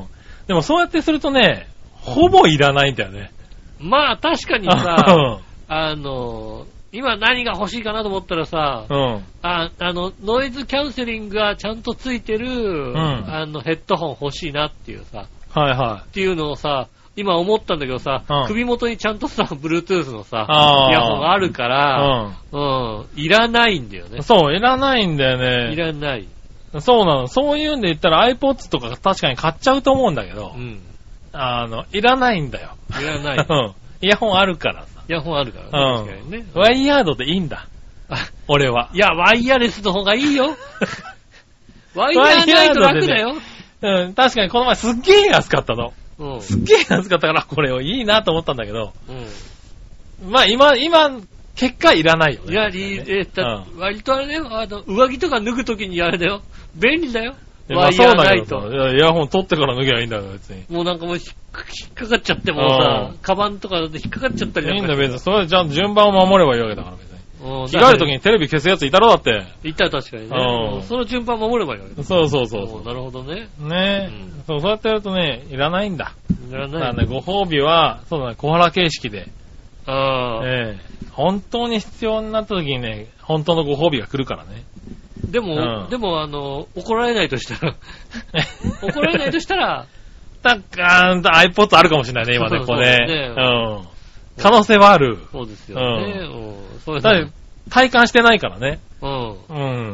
でもそうやってするとね、ほぼいらないんだよね。 まあ、確かにさ、あの、今何が欲しいかなと思ったらさ、うん、あ, あの、ノイズキャンセリングがちゃんとついてる、うん、あの、ヘッドホン欲しいなっていうさ、 はいはい。 っていうのをさ、今思ったんだけどさ、うん、首元にちゃんとさ、Bluetooth のさ、イヤホンがあるから、うん、うん、いらないんだよね。 そう、いらないんだよね。 いらない。 そうなの。そういうんで言ったら iPods とか確かに買っちゃうと思うんだけど、うん、あの、いらないんだよ。 いらない。 うん。イヤホンあるからさ。 イヤホンあるからね。確かにね。 ワイヤードでいいんだ。俺は。 いや、ワイヤレスの方がいいよ。ワイヤーないと楽だよ。 うん、確かにこの前すっげえ安かったの。うん、すっげえ安かったからこれをいいなと思ったんだけど、うん、まあ今、今、結果いらないよね。 いや、いい、えー、だ、うん、割とあれだよ、あの、上着とか脱ぐときにあれだよ。便利だよ。ワイヤーないと。 いや、イヤホン取ってから脱げばいいんだよ、別に。 もうなんかもう引っかかっちゃってもさ、カバンとかで引っかかっちゃったりいいんだよ、別に。それでちゃんと順番を守ればいいわけだから、別に。着替えるときにテレビ消すやついたろ、だって。 いたら確かにね。その順番守ればいいわけだ。 そうそうそうそう。 なるほどね。 ねえ、うん。そう、そうやってやるとね、いらないんだ。 いらない。 だからね、ご褒美は、そうだね、小腹形式で。 ああ。 ええ。本当に必要になったときにね、本当のご褒美が来るからね。 でも、うん、でも、あの、怒られないとしたら、怒られないとしたら、 たっかーんと iPod あるかもしれないね、今ね、ここね。うん。可能性はある。 そうですよね。うん。そうですね。体感してないからね。 うん。 うん。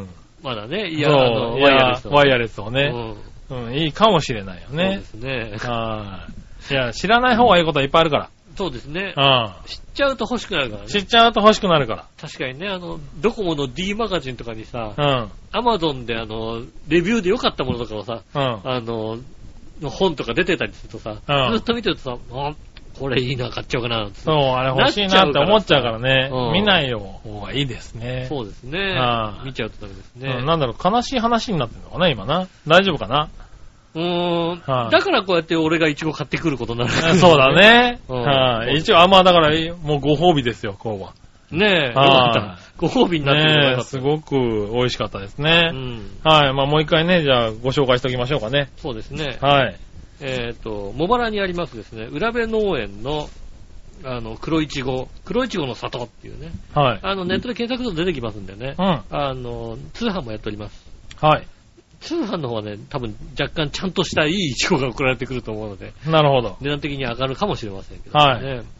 まだね、いや、あの、ワイヤレスを。 ワイヤレスをね。うん。うん、いいかもしれないよね。 そうですね。 はい。いや、知らない方がいいことはいっぱいあるから。 そうですね。 うん。 知っちゃうと欲しくなるからね。 知っちゃうと欲しくなるから。 確かにね、あの、ドコモの D マガジンとかにさ、 うん。 アマゾンであの、レビューで良かったものとかをさ、うん。あの、本とか出てたりするとさ、うん。ずっと見てるとさ、あ、これいいな、買っちゃおうかな。 そう、あれ欲しいなって思っちゃうからね。うん、見ない方がいいですね。 そうですね。はあ、見ちゃうとダメですね、 うん。なんだろう、悲しい話になってるのかな、今な。大丈夫かな。 うーん、はあ、だからこうやって俺がイチゴ買ってくることになる、 ね。そうだね。うん、はあ、一応、あ、まあだから、もうご褒美ですよ、こうは。 ねえ、はあ、ご褒美になってるねえ、すごく美味しかったですね。うん、はい、まあもう一回ね、じゃあご紹介しておきましょうかね。 そうですね。 はい。 えっ、ー、と、茂原にありますですね、浦部農園の、あの、黒いちご、黒いちごの里っていうね。 はい。 あの、ネットで検索すると出てきますんでね。 うん。 あの、通販もやっております。 はい。 通販の方はね、多分若干ちゃんとしたいいイチゴが送られてくると思うので。 なるほど。 値段的に上がるかもしれませんけどね。 はい。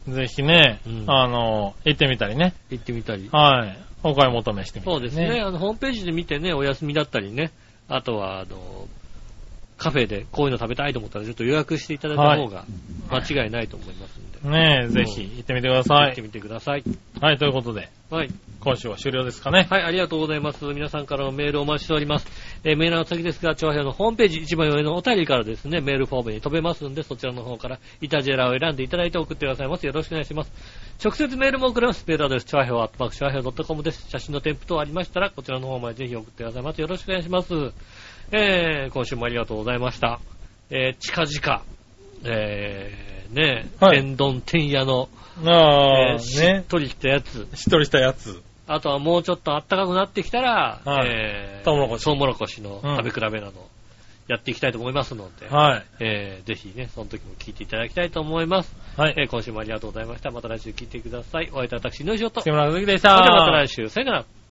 ぜひね、うん、あの、行ってみたりね。 行ってみたり。 はい。お買い求めしてみたり、 ね。そうですね。あの、ホームページで見てね、お休みだったりね。あとは、あの、カフェでこういうの食べたいと思ったらちょっと予約していただいた方が間違いないと思いますんで。 ねえ、ぜひ行ってみてください。 行ってみてください。 はい、ということで。 はい。 今週は終了ですかね。 はい、ありがとうございます。皆さんからのメールをお待ちしております。えー、メールの先ですが、調和表のホームページ一番上のお便りからですね、メールフォームに飛べますんで、そちらの方からイタジェラを選んでいただいて送ってくださいます。よろしくお願いします。直接メールも送れます。メールアドレス、調和表、アットマーク、調和表 .com です。写真の添付等ありましたら、こちらの方までぜひ送ってくださいます。よろしくお願いします。えー、今週もありがとうございました。えー、近々、えー、ね、はい、天丼天屋の、 あー、 えー、しっとりしたやつ。 しっとりしたやつ。 あとはもうちょっと暖かくなってきたら、はい、えー、 トウモロコシ。 トウモロコシの食べ比べなど、 やっていきたいと思いますので、 はい。 えー、ぜひね、その時も聞いていただきたいと思います。はい。えー、今週もありがとうございました。また来週聞いてください。お会いいたい私、井上翔と。 木村和樹でした。 それではまた来週、さよなら。